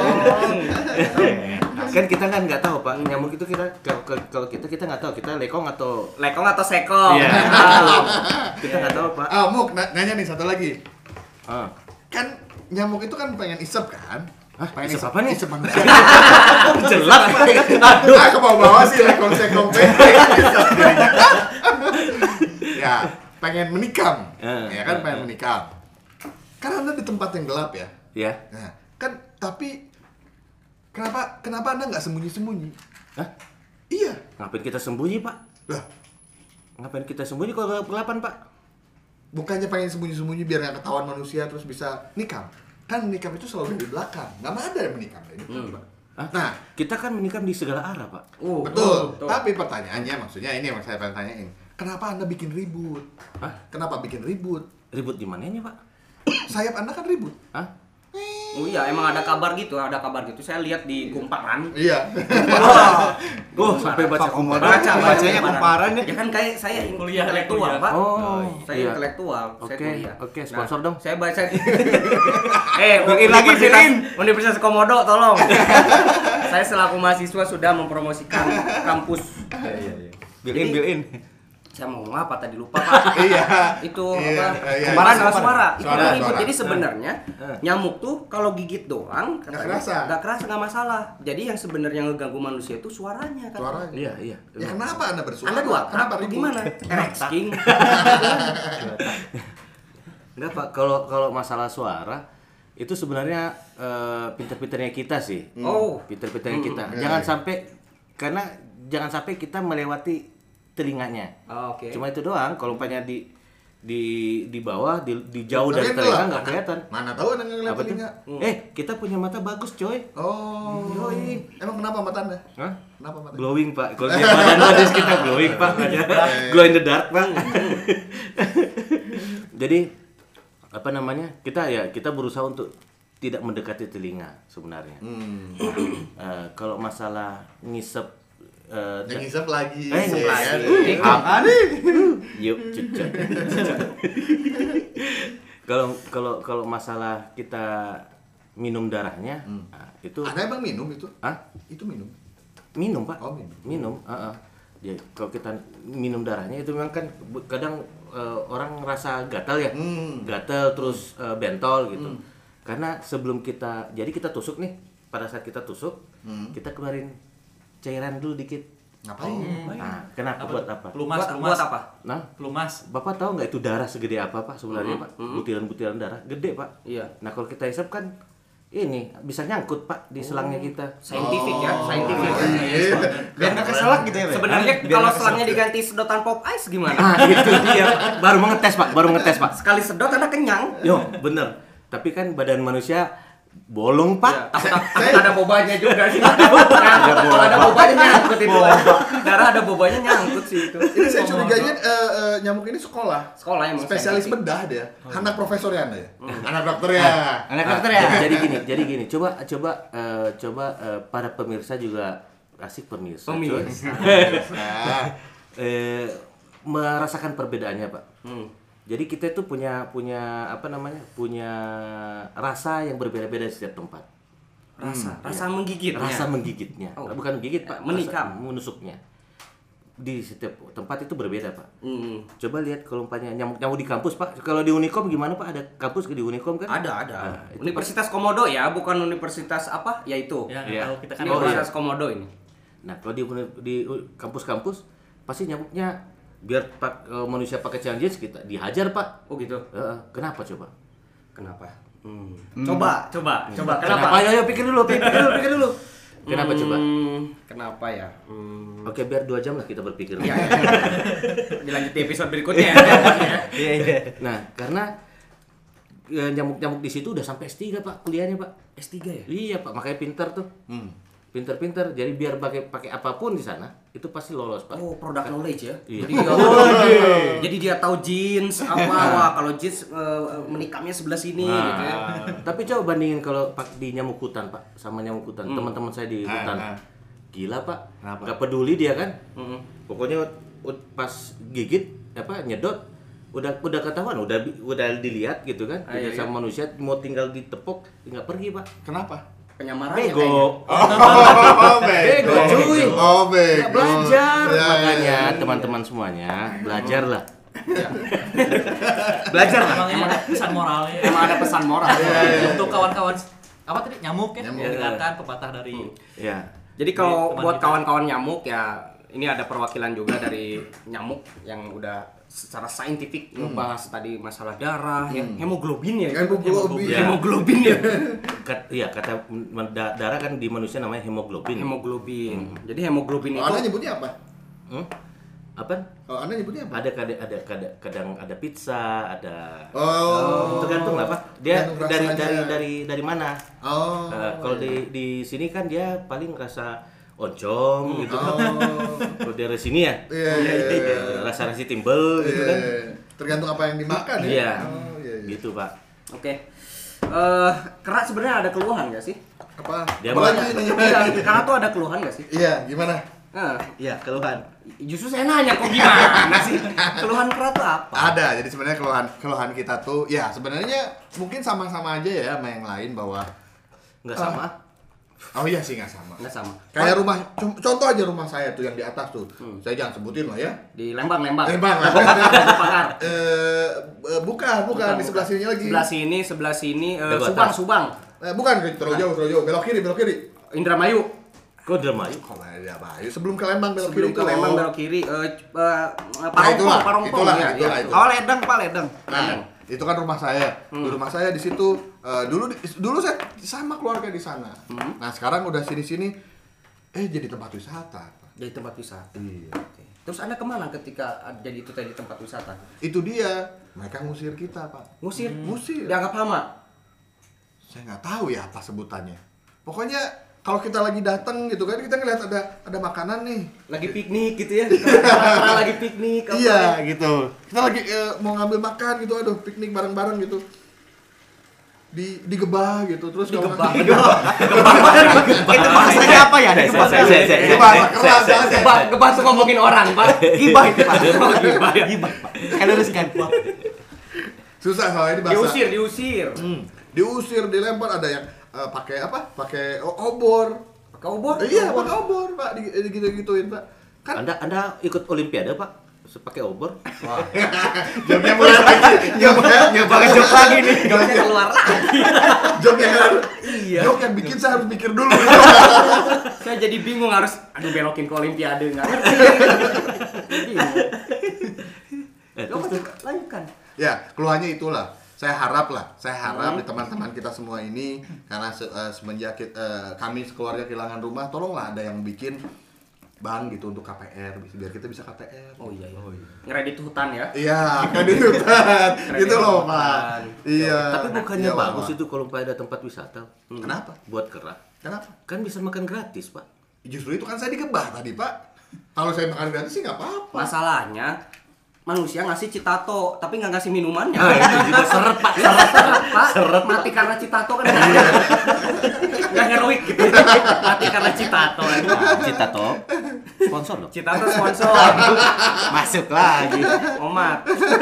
kan kita kan nggak tahu, Pak, nyamuk itu kalau kita nggak tahu kita lekong atau sekong. Iya. Kita nggak tahu, Pak. Muk, nanya nih satu lagi. Ah. Kan nyamuk itu kan pengen isep kan? Hah? Pengen Isep apa nih? Isep manusia. Jelas, Pak. Aduh, ke bawah sih lekong-sekong isep jadinya. Ya, pengen menikam. Ya kan pengen menikam. Karena Anda di tempat yang gelap ya. Iya. Nah, kan tapi kenapa Anda nggak sembunyi-sembunyi? Hah? Iya. Ngapain kita sembunyi, Pak? Lah, Ngapain kita sembunyi kalau gelap-gelapan, Pak? bukannya pengen sembunyi-sembunyi biar nggak ketahuan manusia terus bisa nikam. Kan nikam itu selalu dari belakang. Nggak ada yang menikam dari depan, Pak. Hah? Nah, Kita kan menikam di segala arah, Pak. betul. Tapi pertanyaannya maksudnya ini yang saya pengen tanyain. Kenapa Anda bikin ribut? Hah? Kenapa bikin ribut? Ribut di mananya, Pak? Sayap Anda kan ribut. Hah? Oh iya, emang ada kabar gitu. Saya lihat di kumparan. Iya. Oh, sampai baca Komodo. Bacanya Bacanya kumparan ya. Ya kan kayak saya Kuliah, intelektual, kuliah. Pak. Oh, Saya iya. intelektual. Oke, Saya kuliah. oke, sponsor dong. Saya baca. Bikin lagi, bikin. Universitas Komodo, tolong. Saya selaku mahasiswa sudah mempromosikan kampus. Built in. Saya mau ngomong apa tadi lupa, Pak. Iya. Itu Iya, apa? iya. Masalah suara. Itu Suara, ribut. suara. Jadi sebenarnya nyamuk tuh kalau gigit doang katanya Nggak kerasa. nggak masalah. Jadi yang sebenarnya ngeganggu manusia itu suaranya kan. Suaranya. Iya, iya. Ya kenapa Anda bersuara? Anda dua Kenapa atau ribut? gimana? Rex King. Enggak, Pak, kalau masalah suara itu sebenarnya pinter-pinternya kita sih. Oh. Pinter-pinternya kita. Iya, Jangan sampai kita melewati telinganya. Oh, oke. Cuma itu doang. Kalau umpamanya di bawah, di jauh Tapi dari kan telinga gelap. nggak kelihatan. Mana tahu Anda ngeliat Apa tuh? telinga? Kita punya mata bagus, coy. Oh. Yoi. Emang kenapa mata Anda? Hah? Kenapa mata? Glowing, Pak. Kalau di badan badan kita glowing, Pak. Glow in the dark, Pak. Jadi apa namanya? Kita berusaha untuk tidak mendekati telinga sebenarnya. Kalau masalah ngisep Yang ngisep lagi. ngisep ya lagi. kan? Apa nih? Yup, cucuk. Kalau masalah kita minum darahnya, itu Anda emang minum itu? Hah? Itu minum. Minum, Pak. Oh, minum. Minum, Ya, kalau kita minum darahnya itu memang kan kadang orang ngerasa gatal ya. Gatal terus bentol gitu. Karena sebelum kita tusuk nih, pada saat kita tusuk, kita keluarin cairan dulu dikit. Ngapain? Nah, kenapa? Buat apa? Buat apa? Nah, Pelumas. Bapak tahu nggak itu darah segede apa, Pak, sebenarnya, Pak? Butiran-butiran darah gede, Pak. Iya. Nah, kalau kita hisap kan ini bisa nyangkut, Pak, di selangnya kita. Saintifik ya, saintifik. Biar nggak keselak gitu ya, Pak? Sebenarnya Biar kalau nggak selangnya diganti sedotan pop ice gimana? Ah, itu dia. Baru mengetes, Pak. Sekali sedot Anda kenyang. Yo, bener. Tapi kan badan manusia bolong, Pak. Ya, takut ada bobanya juga sih. Kalau ada bobanya nyangkut itu. Darah ada bobanya nyangkut sih itu. Ini saya curiganya nyamuk ini sekolah. Sekolah yang Spesialis bedah dia. Anak profesornya Anda ya? Anak dokter ya? Anak dokter ya. Jadi gini. Coba para pemirsa juga asik pemirsa. coy. Nah, Merasakan perbedaannya, Pak. Hmm. Jadi kita itu punya rasa yang berbeda-beda di setiap tempat. Rasa menggigit. Rasa menggigitnya, Oh. bukan menggigit, Pak. Menikam. Rasa menusuknya. Di setiap tempat itu berbeda, Pak. Hmm. Coba lihat kalau umpamanya nyamuk di kampus, Pak. Kalau di Unikom gimana, Pak? Ada kampus di Unikom kan? Ada. Nah, itu Universitas Komodo ya, bukan universitas apa? Ya itu. Ya, Iya. nggak tahu kita kan Universitas Komodo ini. Nah, kalau di kampus-kampus pasti nyamuknya biar manusia pakai celana jeans kita dihajar, Pak. Oh gitu. Kenapa coba? Kenapa? Coba. Kenapa? Ayo pikir dulu. Kenapa coba? Kenapa ya? Oke, biar 2 jam lah kita berpikir. Iya. Dilanjut di episode berikutnya. Iya. Nah, karena nyamuk-nyamuk di situ udah sampai S3 Pak, kuliahnya Pak. S3 ya? Iya Pak, makanya pintar tuh. Pintar-pintar. Jadi biar pakai apapun di sana itu pasti lolos Pak. Oh, product knowledge ya. Iya. Jadi dia tahu jeans apa. Wah, kalau jeans menikamnya sebelah sini gitu ya. Tapi coba bandingin kalau di nyamuk hutan Pak, sama nyamuk hutan. Teman-teman saya di hutan. Gila Pak. Kenapa? Gak peduli dia kan. Pokoknya pas gigit nyedot udah ketahuan, udah dilihat gitu kan. Tidak sama manusia, mau tinggal ditepuk nggak pergi Pak. Kenapa? Penyamaran Bego. Bego cuy. Oh, bego. Nggak belajar. Ya, Makanya ya. teman-teman semuanya belajarlah. Belajar lah. Emang ada pesan moralnya. Emang ada pesan moral. Untuk kawan-kawan apa tadi nyamuk ya, Nyamuk. mendengarkan pepatah dari Ya. Jadi kalau Teman buat kita. kawan-kawan nyamuk ya, ini ada perwakilan juga dari nyamuk yang udah secara saintifik ngebahas tadi masalah darah, ya, hemoglobin ya. Hemoglobin. Hemoglobin ya. Kata darah kan di manusia namanya hemoglobin. Hemoglobin. Jadi hemoglobin Kalau Anda itu nyebutnya apa? Apa? Kalau Anda nyebutnya apa? Kadang ada pizza, ada Oh. tergantung lah Pak. Dia Tergantung rasanya. dari mana? Oh. Kalau di sini kan dia paling rasa oncom gitu kan. Kalau dari sini ya Iya. rasa timbel gitu kan. Tergantung apa yang dimakan ya. Iya. Oh, iya. Gitu Pak. oke. Kerak sebenarnya ada keluhan nggak sih? Apa? Dia Apa lagi nih? Iya, kerak tuh ada keluhan nggak sih? Iya, gimana? Iya, keluhan. Justru saya nanya kok gimana sih? Keluhan kerak tuh apa? Ada. Jadi sebenarnya keluhan kita tuh ya sebenarnya mungkin sama-sama aja ya sama yang lain bahwa Nggak sama. oh iya sih nggak sama. Nggak sama. Kayak rumah contoh aja rumah saya tuh yang di atas tuh. Saya jangan sebutin lah ya. Di Lembang. Lembang. Pakar. Bukan di sebelah sini lagi. Sebelah sini Dago Subang. Bukan terlalu jauh. Belok kiri. Indramayu. Kok Dramayu? Kalau ada Bayu sebelum ke Lembang belok Sebelum kiri ke itu. Lembang belok kiri. Itulah. Ya. Oh, Ledeng, Pak, Ledeng. Nah, itu kan rumah saya. Di rumah saya di situ dulu saya sama keluarga di sana. Nah, sekarang udah sini-sini jadi tempat wisata. Jadi tempat wisata. Iya. Oke. Terus Anda kemana ketika jadi itu tadi tempat wisata? Itu dia. Mereka ngusir kita, Pak. Ngusir. Ngusir. Dianggap hama. Saya nggak tahu ya apa sebutannya. Pokoknya kalau kita lagi datang gitu kan kita ngeliat ada makanan nih. Lagi piknik gitu ya. Kera lagi piknik. apa Iya ya. gitu. Kita lagi mau ngambil makan gitu, aduh piknik bareng-bareng gitu. Digebah gitu terus kalau Digebah. Itu bahasanya apa ya? itu bahasa keras ya. Gebah tuh ngomongin orang, Pak. Gibah itu, Pak. Gibah ya. Gibah, Pak. Kan luruskan. Susah soalnya ini bahasa. Diusir. Diusir, dilempar, ada yang pakai apa? Pakai obor. Pakai obor? Iya, pakai obor, Pak. Gitu-gituin, Pak. Kan Anda ikut olimpiade Pak? Pakai obor? Wah. joknya mulai lagi. Nyoba ngejok lagi nih. Joknya keluar lagi. Jok yang Iya. jok yang bikin saya harus mikir dulu. Saya jadi bingung harus belokin ke olimpiade enggak ngerti. Bingung. Lanjutkan. Ya, keluhannya itulah. Saya harap di teman-teman kita semua ini karena semenjak kami sekeluarga kehilangan rumah, tolonglah ada yang bikin bank gitu untuk KPR biar kita bisa KPR. Oh iya. Ngeredit hutan ya. Iya, kan itu kan. Itu loh, Pak. hutan. Iya. Tapi bukannya Iya, bagus Pak. itu kalau ada tempat wisata? Kenapa? Buat kerak. Kenapa? Kan bisa makan gratis Pak. Justru itu kan saya digebah tadi, Pak. Kalau saya makan gratis sih nggak apa-apa. Masalahnya manusia ngasih citato tapi nggak ngasih minumannya. Itu juga seret Pak. Seret mati karena citato kan. Nggak heroik gitu. Mati karena citato. Citato sponsor loh. Citato sponsor. Masuk lagi. Omat.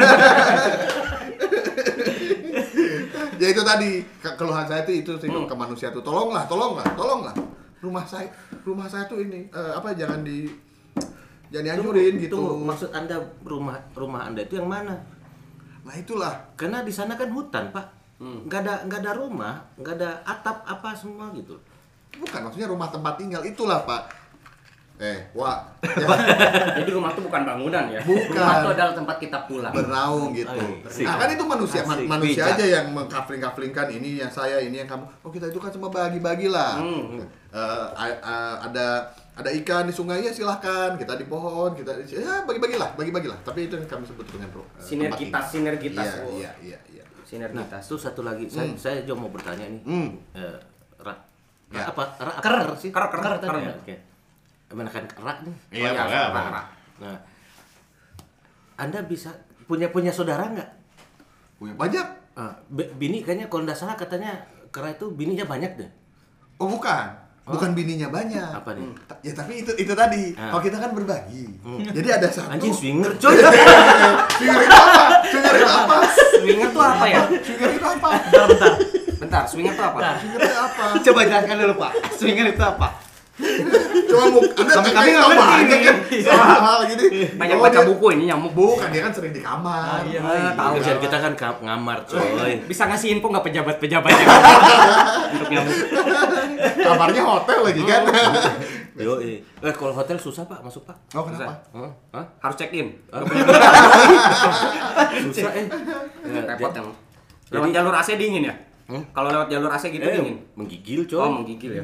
Ya itu tadi keluhan saya itu sih ke manusia tuh. Tolonglah. Rumah saya tuh ini jangan dihancurin gitu. Tunggu, maksud Anda rumah Anda itu yang mana? Nah itulah. Karena di sana kan hutan Pak. Nggak ada rumah, nggak ada atap apa semua gitu. Bukan maksudnya rumah tempat tinggal itulah, Pak. Wah. Jadi rumah tuh bukan bangunan ya. Bukan. Rumah tuh adalah tempat kita pulang. Bernaung gitu. Nah kan itu manusia Asik, manusia bijak. aja yang mengkafling-kaflingkan ini yang saya, ini yang kamu. Oh kita itu kan cuma bagi-bagi lah. Ada ikan di sungai ya silahkan, kita di pohon, kita ya bagi-bagilah. Tapi itu yang kami sebut dengan Sinergitas. Iya. Nah, Sinergitas. itu satu lagi. Saya juga mau bertanya nih. Ya. Ker sih? Ker tadi ya. ya? Oke. Menekan rak nih. Iya, Rak. Nah, Anda bisa punya saudara nggak? Punya banyak. Bini kayaknya kalau nggak salah katanya kera itu bininya banyak deh. Oh bukan. Bukan bininya banyak. Apa nih? Ya tapi itu tadi. Kalau kita kan berbagi. Jadi ada satu. Anjing swinger coy. Swinger itu apa? Swinger tuh apa ya? Swinger itu apa? Bentar, swinger tuh apa? Swinger itu apa? Coba jelaskan dulu Pak, swinger itu apa? Cuma kami nggak banyak kan hal gini. Banyak baca buku ini nyamuk. Bukan, dia kan sering di kamar. Tahu. Kerjaan kita kan ngamar coy. Bisa ngasih info nggak pejabat-pejabat untuk nyamuk? Kamarnya hotel lagi kan. Yo, kalau hotel susah Pak masuk Pak. Oh kenapa? Hah? Harus check in. Susah Repot emang. Lewat jalur AC dingin ya? Kalau lewat jalur AC gitu dingin. Menggigil coy. Oh, menggigil ya.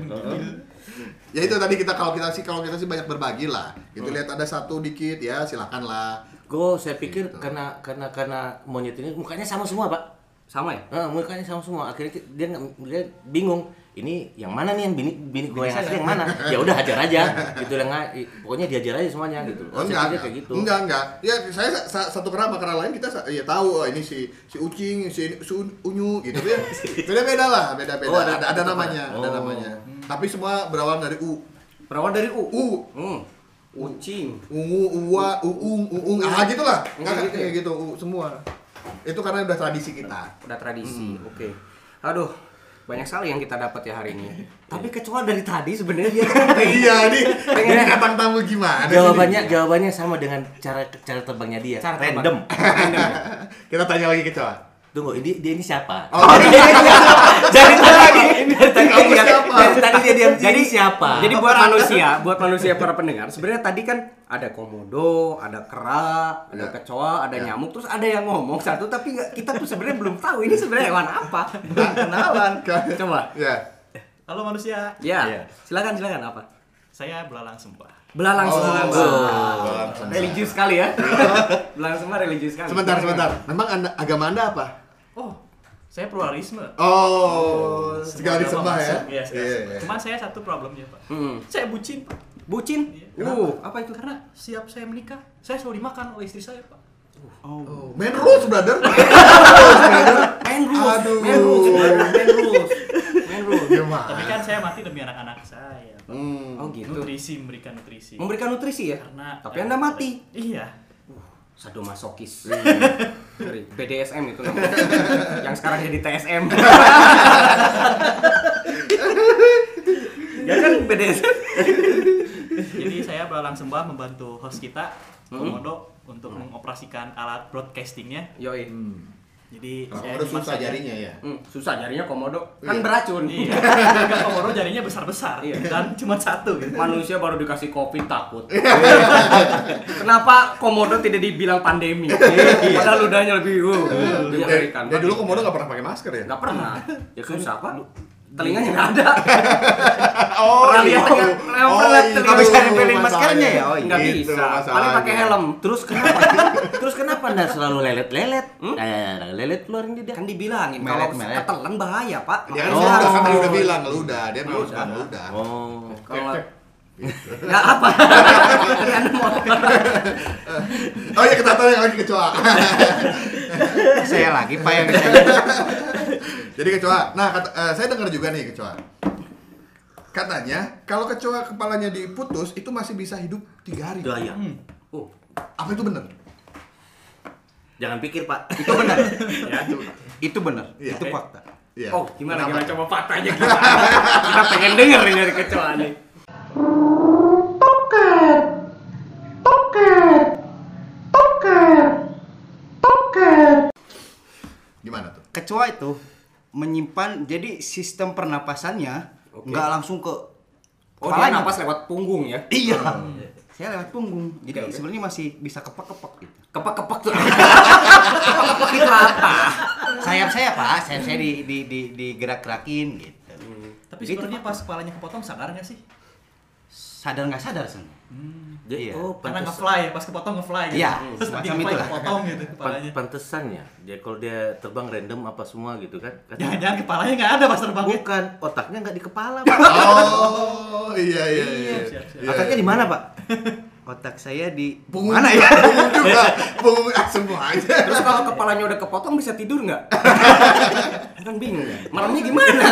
Ya itu tadi kalau kita sih banyak berbagi lah. Gitu lihat ada satu dikit ya silakan lah. Saya pikir karena monyet ini mukanya sama semua Pak. Sama ya? Mukanya sama semua. Akhirnya dia bingung. Ini yang mana nih yang bini gue yang asli yang mana? Ya udah hajar aja. Gitu pokoknya diajar aja semuanya gitu. Oh Saya pikir enggak, kayak gitu. enggak. Ya saya satu kera sama kera lain kita ya tahu. Oh ini si ucing, si unyu gitu ya. Beda-beda lah, beda-beda. Oh, ada namanya, ada Oh. namanya. Tapi semua berawal dari u. Berawal dari U. U. Ucing. Ungu, uwa, uung, gitulah. Enggak gitu ya? Kayak gitu, semua. Itu karena udah tradisi kita. Udah tradisi. Oke. Aduh, banyak sekali yang kita dapat ya hari ini. Tapi kecoa dari tadi sebenarnya dia Iya, ini datang tamu gimana? Jawabannya sama dengan cara terbangnya dia. Cara terbang. Random. Kita tanya lagi kecoa. Tunggu, dia ini siapa? Oh, Dari tadi Kamu siapa? Dari tadi dia diam. Jadi Jadi siapa? Jadi buat manusia para pendengar, sebenarnya tadi kan ada komodo, ada kera, ada kecoa, ada nyamuk, terus ada yang ngomong satu tapi kita tuh sebenarnya belum tahu ini sebenarnya hewan apa. Kenalan. Coba. Ya. Halo manusia, Ya. Silakan apa? saya belalang sembah. Belalang sembah. Belalang sembah. Religius sekali ya. Belalang sembah religius sekali. Sebentar. Memang agama Anda apa? Oh, saya pluralisme. Oh, segala Semua disembah agama ya? masuk. Iya, segala Iya, disembah. iya. Cuma saya satu problemnya Pak. Saya bucin Pak. Bucin? Iya. Apa itu? Karena siap saya menikah, saya selalu dimakan oleh istri saya Pak. Oh, man rules, brother. Main rules. Aduh. Main rules. Gimana? Tapi kan saya mati demi anak-anak saya Pak. Oh gitu. Nutrisi, memberikan nutrisi. Memberikan nutrisi ya? Karena Tapi Anda mati. Iya. Sadomasokis. Dari BDSM itu namanya. Yang sekarang jadi TSM. Ya kan BDSM. Jadi saya belalang sembah membantu host kita Komodo untuk mengoperasikan alat broadcastingnya. Yoi. Jadi saya Komodo cuma susah saja- jarinya ya. Susah jarinya komodo. Kan beracun. Iya. Kan Komodo jarinya besar-besar Iya. dan cuma satu gitu. Manusia baru dikasih COVID takut. Kenapa komodo tidak dibilang pandemi? Padahal ludahnya lebih mengerikan. Dia dulu komodo nggak pernah pakai masker ya? Nggak pernah. Ya susah Pak. Telinganya nggak ada. Oh, Pernah lihat nggak? Pernah lihat Nggak bisa nempelin masalahnya. maskernya ya? Oh, Nggak Gitu bisa. masalahnya. Paling pakai helm. Terus kenapa Anda selalu lelet? Lelet keluarin di dia. Kan dibilangin kalau Melet. ketelan bahaya Pak. Dia kan Oh. kan tadi udah bilang ngeludah, dia memang suka ngeludah. Oh. Kalau nggak apa? Tadi Anda mau apa? Oh ya kita tanya lagi kecoa. Saya lagi Pak yang ditanya. Jadi kecoa. Nah, saya dengar juga nih kecoa. Katanya kalau kecoa kepalanya diputus itu masih bisa hidup 3 hari. Daya. Oh, Apa itu benar? Jangan pikir Pak. Itu benar. ya. Itu benar. Iya. Itu fakta. Iya. Oh, gimana Kenapa? coba faktanya gimana? Kita pengen denger nih dari kecoa nih. Gimana tuh? Kecoa itu menyimpan, jadi sistem pernapasannya nggak langsung ke Oh, dia napas lewat punggung ya? Iya. Saya lewat punggung. Jadi sebenarnya masih bisa kepak-kepak gitu. Kepak-kepak tuh. Kepak-kepak itu apa? Sayap saya Pak, sayap saya digerak-gerakin gitu. Tapi sebenarnya pas kepalanya kepotong sadar nggak sih? Sadar nggak sadar sen? Iya. Karena nge-fly, pas kepotong nge-fly gitu. Iya, Terus semacam nge-fly itulah. kepotong gitu kepalanya. Pantesan ya. Dia kalau dia terbang random apa semua gitu kan. Jangan-jangan kepalanya nggak ada pas terbangnya. Bukan, otaknya nggak di kepala, Pak. Oh, iya. Siap-siap. Otaknya di mana, Pak? Otak saya di Punggung mana ya? Punggung juga. Punggung semua aja. Terus kalau kepalanya udah kepotong bisa tidur nggak? Kan bingung ya. Malamnya gimana?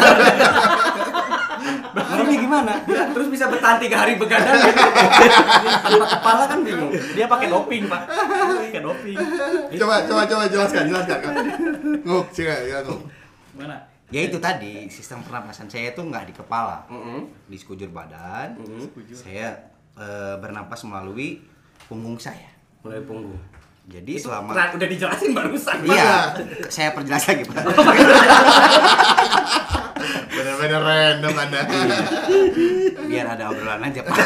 Malamnya gimana? Terus bisa bertahan 3 hari begadang gitu. Tanpa kepala kan bingung. Dia pakai doping, Pak. Pakai doping. Coba jelaskan. Nguk, ya Nguk. Gimana? Ya itu tadi, sistem pernapasan saya itu nggak di kepala, Mm-mm. di sekujur badan. Saya bernapas melalui punggung saya. Mulai punggung. Jadi Itu selama udah dijelasin barusan. iya, saya perjelas lagi Pak. Bener-bener random Anda. Biar ada obrolan aja Pak.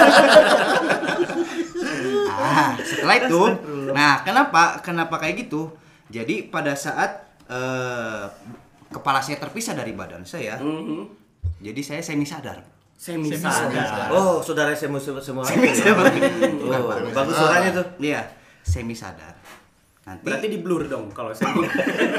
Setelah itu, nah kenapa kayak gitu? Jadi pada saat kepala saya terpisah dari badan saya, jadi saya semi sadar. Semi sadar. sadar. Oh, saudara semua semua. Semi sadar. Oh, bagus suaranya tuh. Iya, semi sadar. Nanti Berarti di blur dong kalau semi.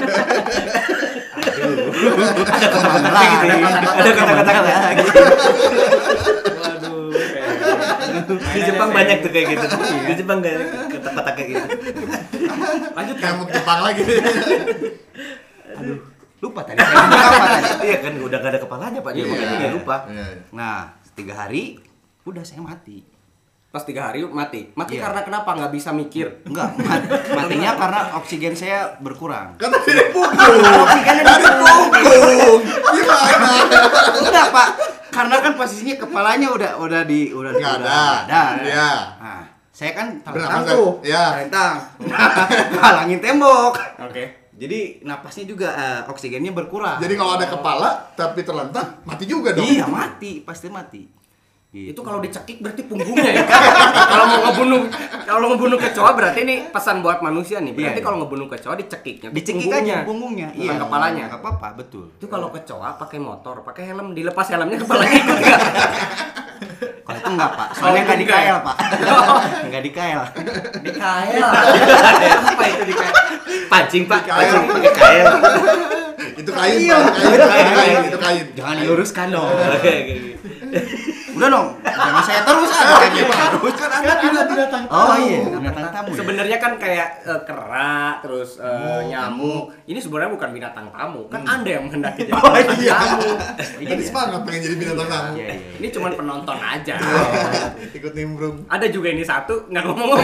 ada kemana lagi? Ada kata-kata lagi. Waduh. Di Jepang banyak tuh kayak gitu. Di Jepang kayak kata-kata kayak gitu. Lanjut Kayak kan? mau ke Jepang lagi. Aduh, lupa tadi. Saya ngomong apa tadi? Iya kan udah gak ada kepalanya, Pak. Dia makanya dia lupa. Iya. Nah, 3 hari udah saya mati. Pas 3 hari mati. Mati Iya. karena kenapa? Nggak bisa mikir. Enggak, matinya karena oksigen saya berkurang. Kan tadi di punggung. Oksigennya dari punggung. Gimana? Enggak, Pak. Karena kan posisinya kepalanya udah Nggak ada. Iya. Nah, saya kan Bernapas, telentang tuh. iya. Telentang. Halangin tembok. Oke. Jadi napasnya juga oksigennya berkurang. Jadi kalau ada kepala tapi terlentang, mati juga dong. Iya, mati, pasti mati. Gitu. Itu kalau dicekik berarti punggungnya ya. Kalau ngebunuh kecoa berarti ini pesan buat manusia nih. Berarti Iya. kalau ngebunuh kecoa dicekiknya. dicekik aja punggungnya. Bukan kepalanya. Enggak apa-apa, betul. Itu kalau kecoa pakai motor, pakai helm, dilepas helmnya kepalanya ikut enggak? Kalau itu enggak, Pak. Soalnya enggak di enggak. KL, Pak. Enggak di KL. Di kail. Apa itu di kail? Pancing, Pak. Kail. Pancing pakai kail. Itu kain, Iya. Pak. Itu kain. Jangan diluruskan dong. Oke. Udah dong, jangan saya terus terus kan Anda Tidak binatang. Oh iya, binatang tamu. Ya? Sebenarnya kan kayak kera, terus nyamuk. Ini sebenarnya bukan binatang tamu. Kan Anda yang menghendaki jadi binatang iya. tamu. Jadi semangat pengen jadi binatang tamu. Iya, iya. Ini cuma penonton aja. Ikut nimbrung. Ada juga ini satu nggak ngomong-ngomong.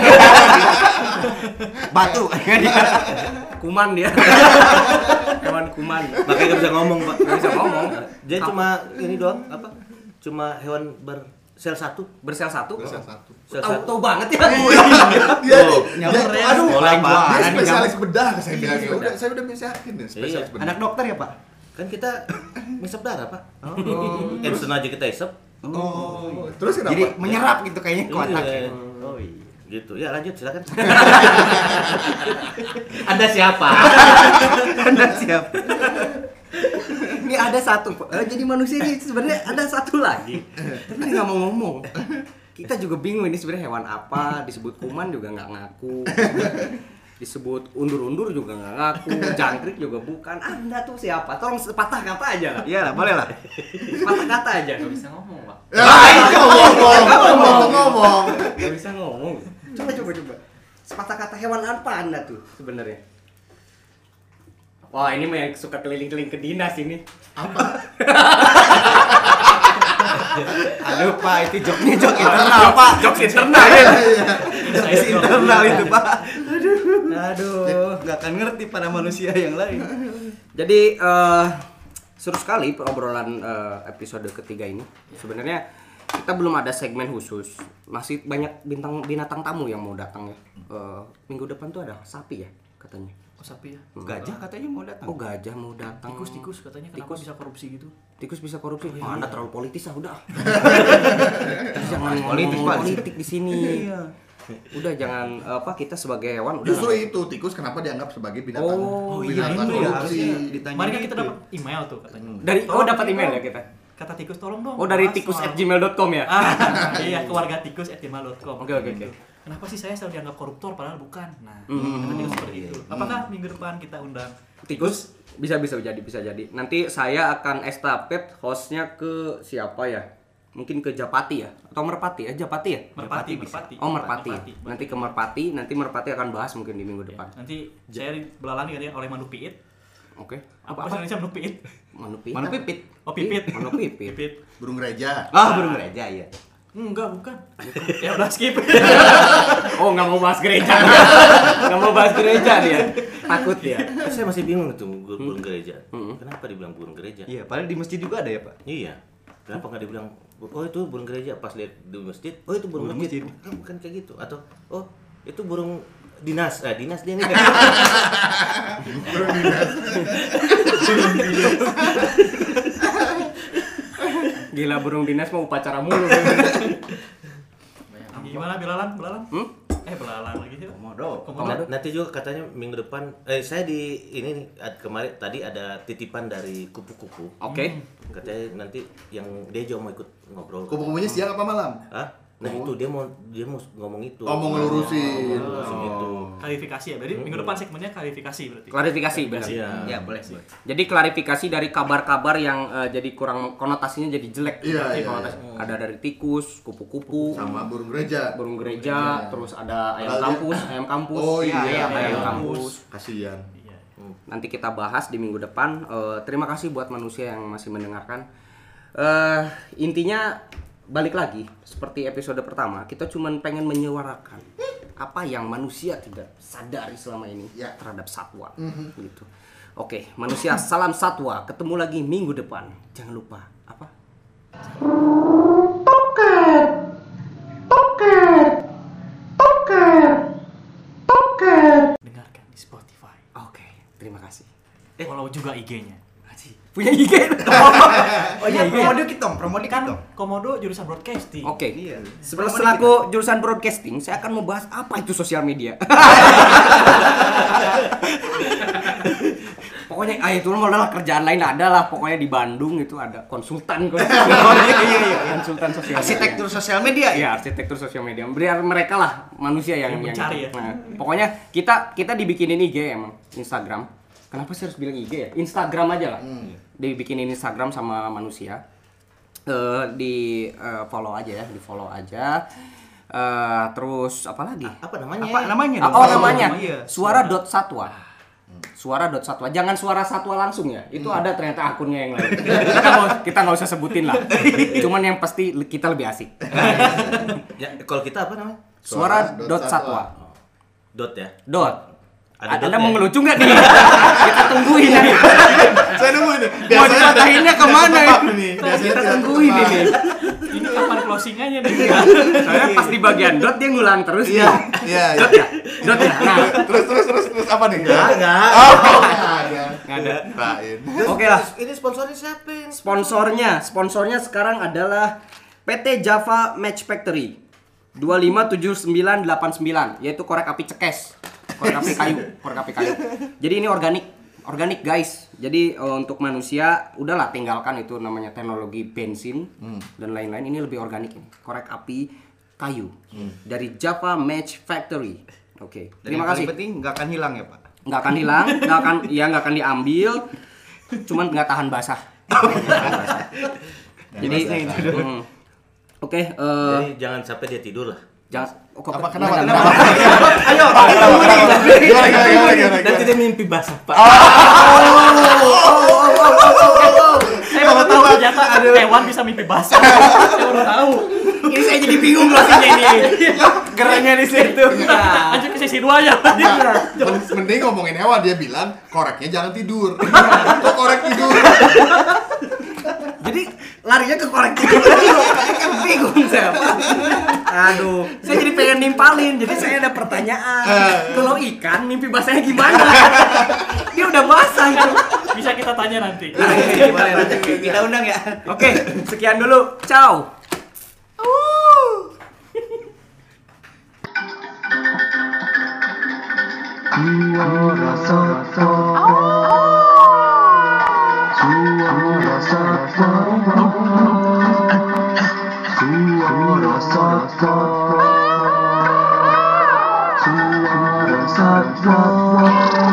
Batu. Kuman dia. Hewan kuman. Makanya gak bisa ngomong, Pak. Nggak bisa ngomong. Dia cuma ini doang apa? Cuma hewan bersel satu. Bersel satu. Bersel satu. Sel satu. Tahu banget ya. Dia Nyamper ya. aduh, Sekolah, Pak. dia spesialis bedah saya bilang. Saya udah bisa yakin ya spesialis Iya. bedah. Anak dokter ya, Pak? Kan kita ngisep darah, Pak. Edson aja kita isep. Oh, terus kenapa? Jadi menyerap gitu kayaknya ke otak. Iya. Oh iya. Gitu. Ya lanjut silakan. Anda siapa? Anda siap. Ini ada satu. Jadi manusia ini sebenarnya ada satu lagi. Tapi dia nggak mau ngomong. Kita juga bingung ini sebenarnya hewan apa. Disebut kuman juga nggak ngaku. Disebut undur-undur juga nggak ngaku. Jangkrik juga bukan. Anda tuh siapa? Tolong sepatah kata aja lah. Iya lah, boleh lah. Sepatah kata aja. Nggak bisa ngomong, Pak. Ngomong. Nggak bisa ngomong. Coba. Sepatah kata hewan apa Anda tuh sebenarnya? Wah, ini mah yang suka keliling-keliling ke dinas ini. Aduh, Pak, itu joknya jok internal, Pak. Jokes internal ya. Jokes internal itu, Pak. Aduh, nggak akan ngerti pada manusia yang lain. Jadi seru sekali obrolan episode ketiga ini. Sebenarnya kita belum ada segmen khusus. Masih banyak binatang tamu yang mau datang ya. Minggu depan tuh ada sapi ya katanya. Oh, sapi ya. Gajah katanya mau datang. Oh, gajah mau datang. Tikus katanya kenapa bisa korupsi gitu? Tikus bisa korupsi. Oh, Anda terlalu politis udah. Jangan Politis, ngomong Pak. politik di sini. Udah jangan kita sebagai hewan udah. Justru itu tikus kenapa dianggap sebagai binatang binatang itu ya, korupsi. harusnya ditanya Kemarin kan gitu. kita dapat email tuh katanya. Dapat email ya kita. Kata tikus tolong dong. Oh, dari bahas soal- tikus@gmail.com ya. Iya, keluarga tikus@gmail.com. Oke. Kenapa sih saya selalu dianggap koruptor padahal bukan? Nah, kata tikus seperti itu. Apakah minggu depan kita undang Tikus bisa jadi. Nanti saya akan estafet hostnya ke siapa ya? Mungkin ke Japati ya atau Merpati ya? Japati ya? Merpati. Oh, Merpati. Nanti ke Merpati, nanti Merpati akan bahas mungkin di minggu depan. Nanti saya belalang nih oleh Manu Piit. Oke. Apa bahasa Indonesia Manu Piit? Manu pipit. Oh, pipit. Manu pipit. Pipit. Burung gereja. Burung gereja ya. Enggak, bukan. Ya udah skip. Oh, nggak mau bahas gereja. Nggak mau bahas gereja dia. Takut dia. Saya masih bingung itu burung gereja. Kenapa dibilang burung gereja? Iya, padahal di masjid juga ada ya, Pak. Iya. Kenapa nggak dibilang oh itu burung gereja, pas lihat di masjid, oh itu burung masjid. Bukan kayak gitu. Atau oh itu burung dinas. Dinas dia nih. Gila, burung dinas mau upacara mulu. Gimana belalang? Belalang lagi sih. Komodo. Nanti juga katanya minggu depan saya di ini nih kemarin tadi ada titipan dari kupu-kupu. Oke. Katanya nanti yang dia juga mau ikut ngobrol. Kupu-kupunya siang apa malam? Hah? Nah itu dia mau ngomong itu. Oh, mau ngelurusin. Ngelurusin itu. Klarifikasi ya. Berarti minggu depan segmennya klarifikasi berarti. Klarifikasi benar. Iya. Ya, boleh sih. Jadi klarifikasi dari kabar-kabar yang jadi kurang konotasinya jadi jelek. Iya, Berarti iya, konotasi. Ada dari tikus, kupu-kupu, Sama burung gereja. burung gereja, terus ada ayam kampus. Oh iya, ayam kampus. Kasihan. Iya. Nanti kita bahas di minggu depan. Terima kasih buat manusia yang masih mendengarkan. Intinya balik lagi seperti episode pertama, kita cuman pengen menyuarakan apa yang manusia tidak sadari selama ini terhadap satwa gitu. Oke, manusia salam satwa, ketemu lagi minggu depan. Jangan lupa apa? Dengarkan di Spotify. Oke, terima kasih. Follow juga IG-nya. Punya IG? Oh iya, promo dikit dong. Kan Komodo jurusan broadcasting. Oke. Iya. Selaku jurusan broadcasting, saya akan membahas apa itu sosial media. Pokoknya itu adalah kerjaan lain adalah pokoknya di Bandung itu ada konsultan konsultan sosial Arsitektur sosial media ya, arsitektur sosial media. Biar mereka lah manusia yang mencari ya. Nah, pokoknya kita dibikinin IG emang Instagram. Kenapa sih harus bilang IG ya? Instagram aja lah. Dibikinin Instagram sama manusia. Di follow aja ya, di follow aja. Terus apa lagi? Apa namanya? Apa namanya? Namanya Iya. suara.satwa. Suara.satwa. Jangan suara satwa langsung ya. Itu ada ternyata akunnya yang lain. Kita nggak usah sebutin lah. Cuman yang pasti kita lebih asik. Ya, kalau kita apa namanya? Suara.satwa. Dot ya. Dot. Ada Anda dotnya. mau ngelucu nggak nih? Kita tungguin nih. Saya nunggu ini. Mau dipatahinnya kemana ya? Biasanya Kita tidak tungguin tepat. ini. Ini kapan closingannya nih? Soalnya pas di bagian dot dia ngulang terus. Iya, nih. iya. Dot ya? Dot ya? Nah, Terus apa nih? Enggak. Oh, nggak ada. nggak ada. Kirain. Oke lah. Ini sponsornya siapa? Sponsornya sekarang adalah PT Java Match Factory 257989, yaitu korek api cekes, korek api kayu. Jadi ini organik guys. Jadi untuk manusia udahlah tinggalkan itu namanya teknologi bensin dan lain-lain. Ini lebih organik ini, korek api kayu dari Java Match Factory. Oke. Terima kasih. Yang paling penting nggak akan hilang ya, Pak. Nggak akan hilang, nggak akan diambil, cuman nggak tahan basah. Jadi oke, Jadi jangan sampai dia tidur lah. jangan Kenapa? Ayo, Gimana? Nanti dia mimpi basah, Pak. Saya baru tahu ternyata hewan bisa mimpi basah. Saya baru tahu. ini saya jadi bingung closingnya ini. Geraknya di situ. Lanjut ke sesi 2 ya. Mending ngomongin hewan, dia bilang koreknya jangan tidur. Kok korek tidur? Jadi Jadi larinya ke kolektif dulu. Kan bingung saya. Aduh, saya jadi pengen nimpalin. Jadi saya ada pertanyaan. Kalau ikan mimpi basahnya gimana? Dia udah basah itu. Bisa kita tanya nanti. Boleh nanti kita undang ya. Oke, sekian dulu. Ciao. Suara Satwa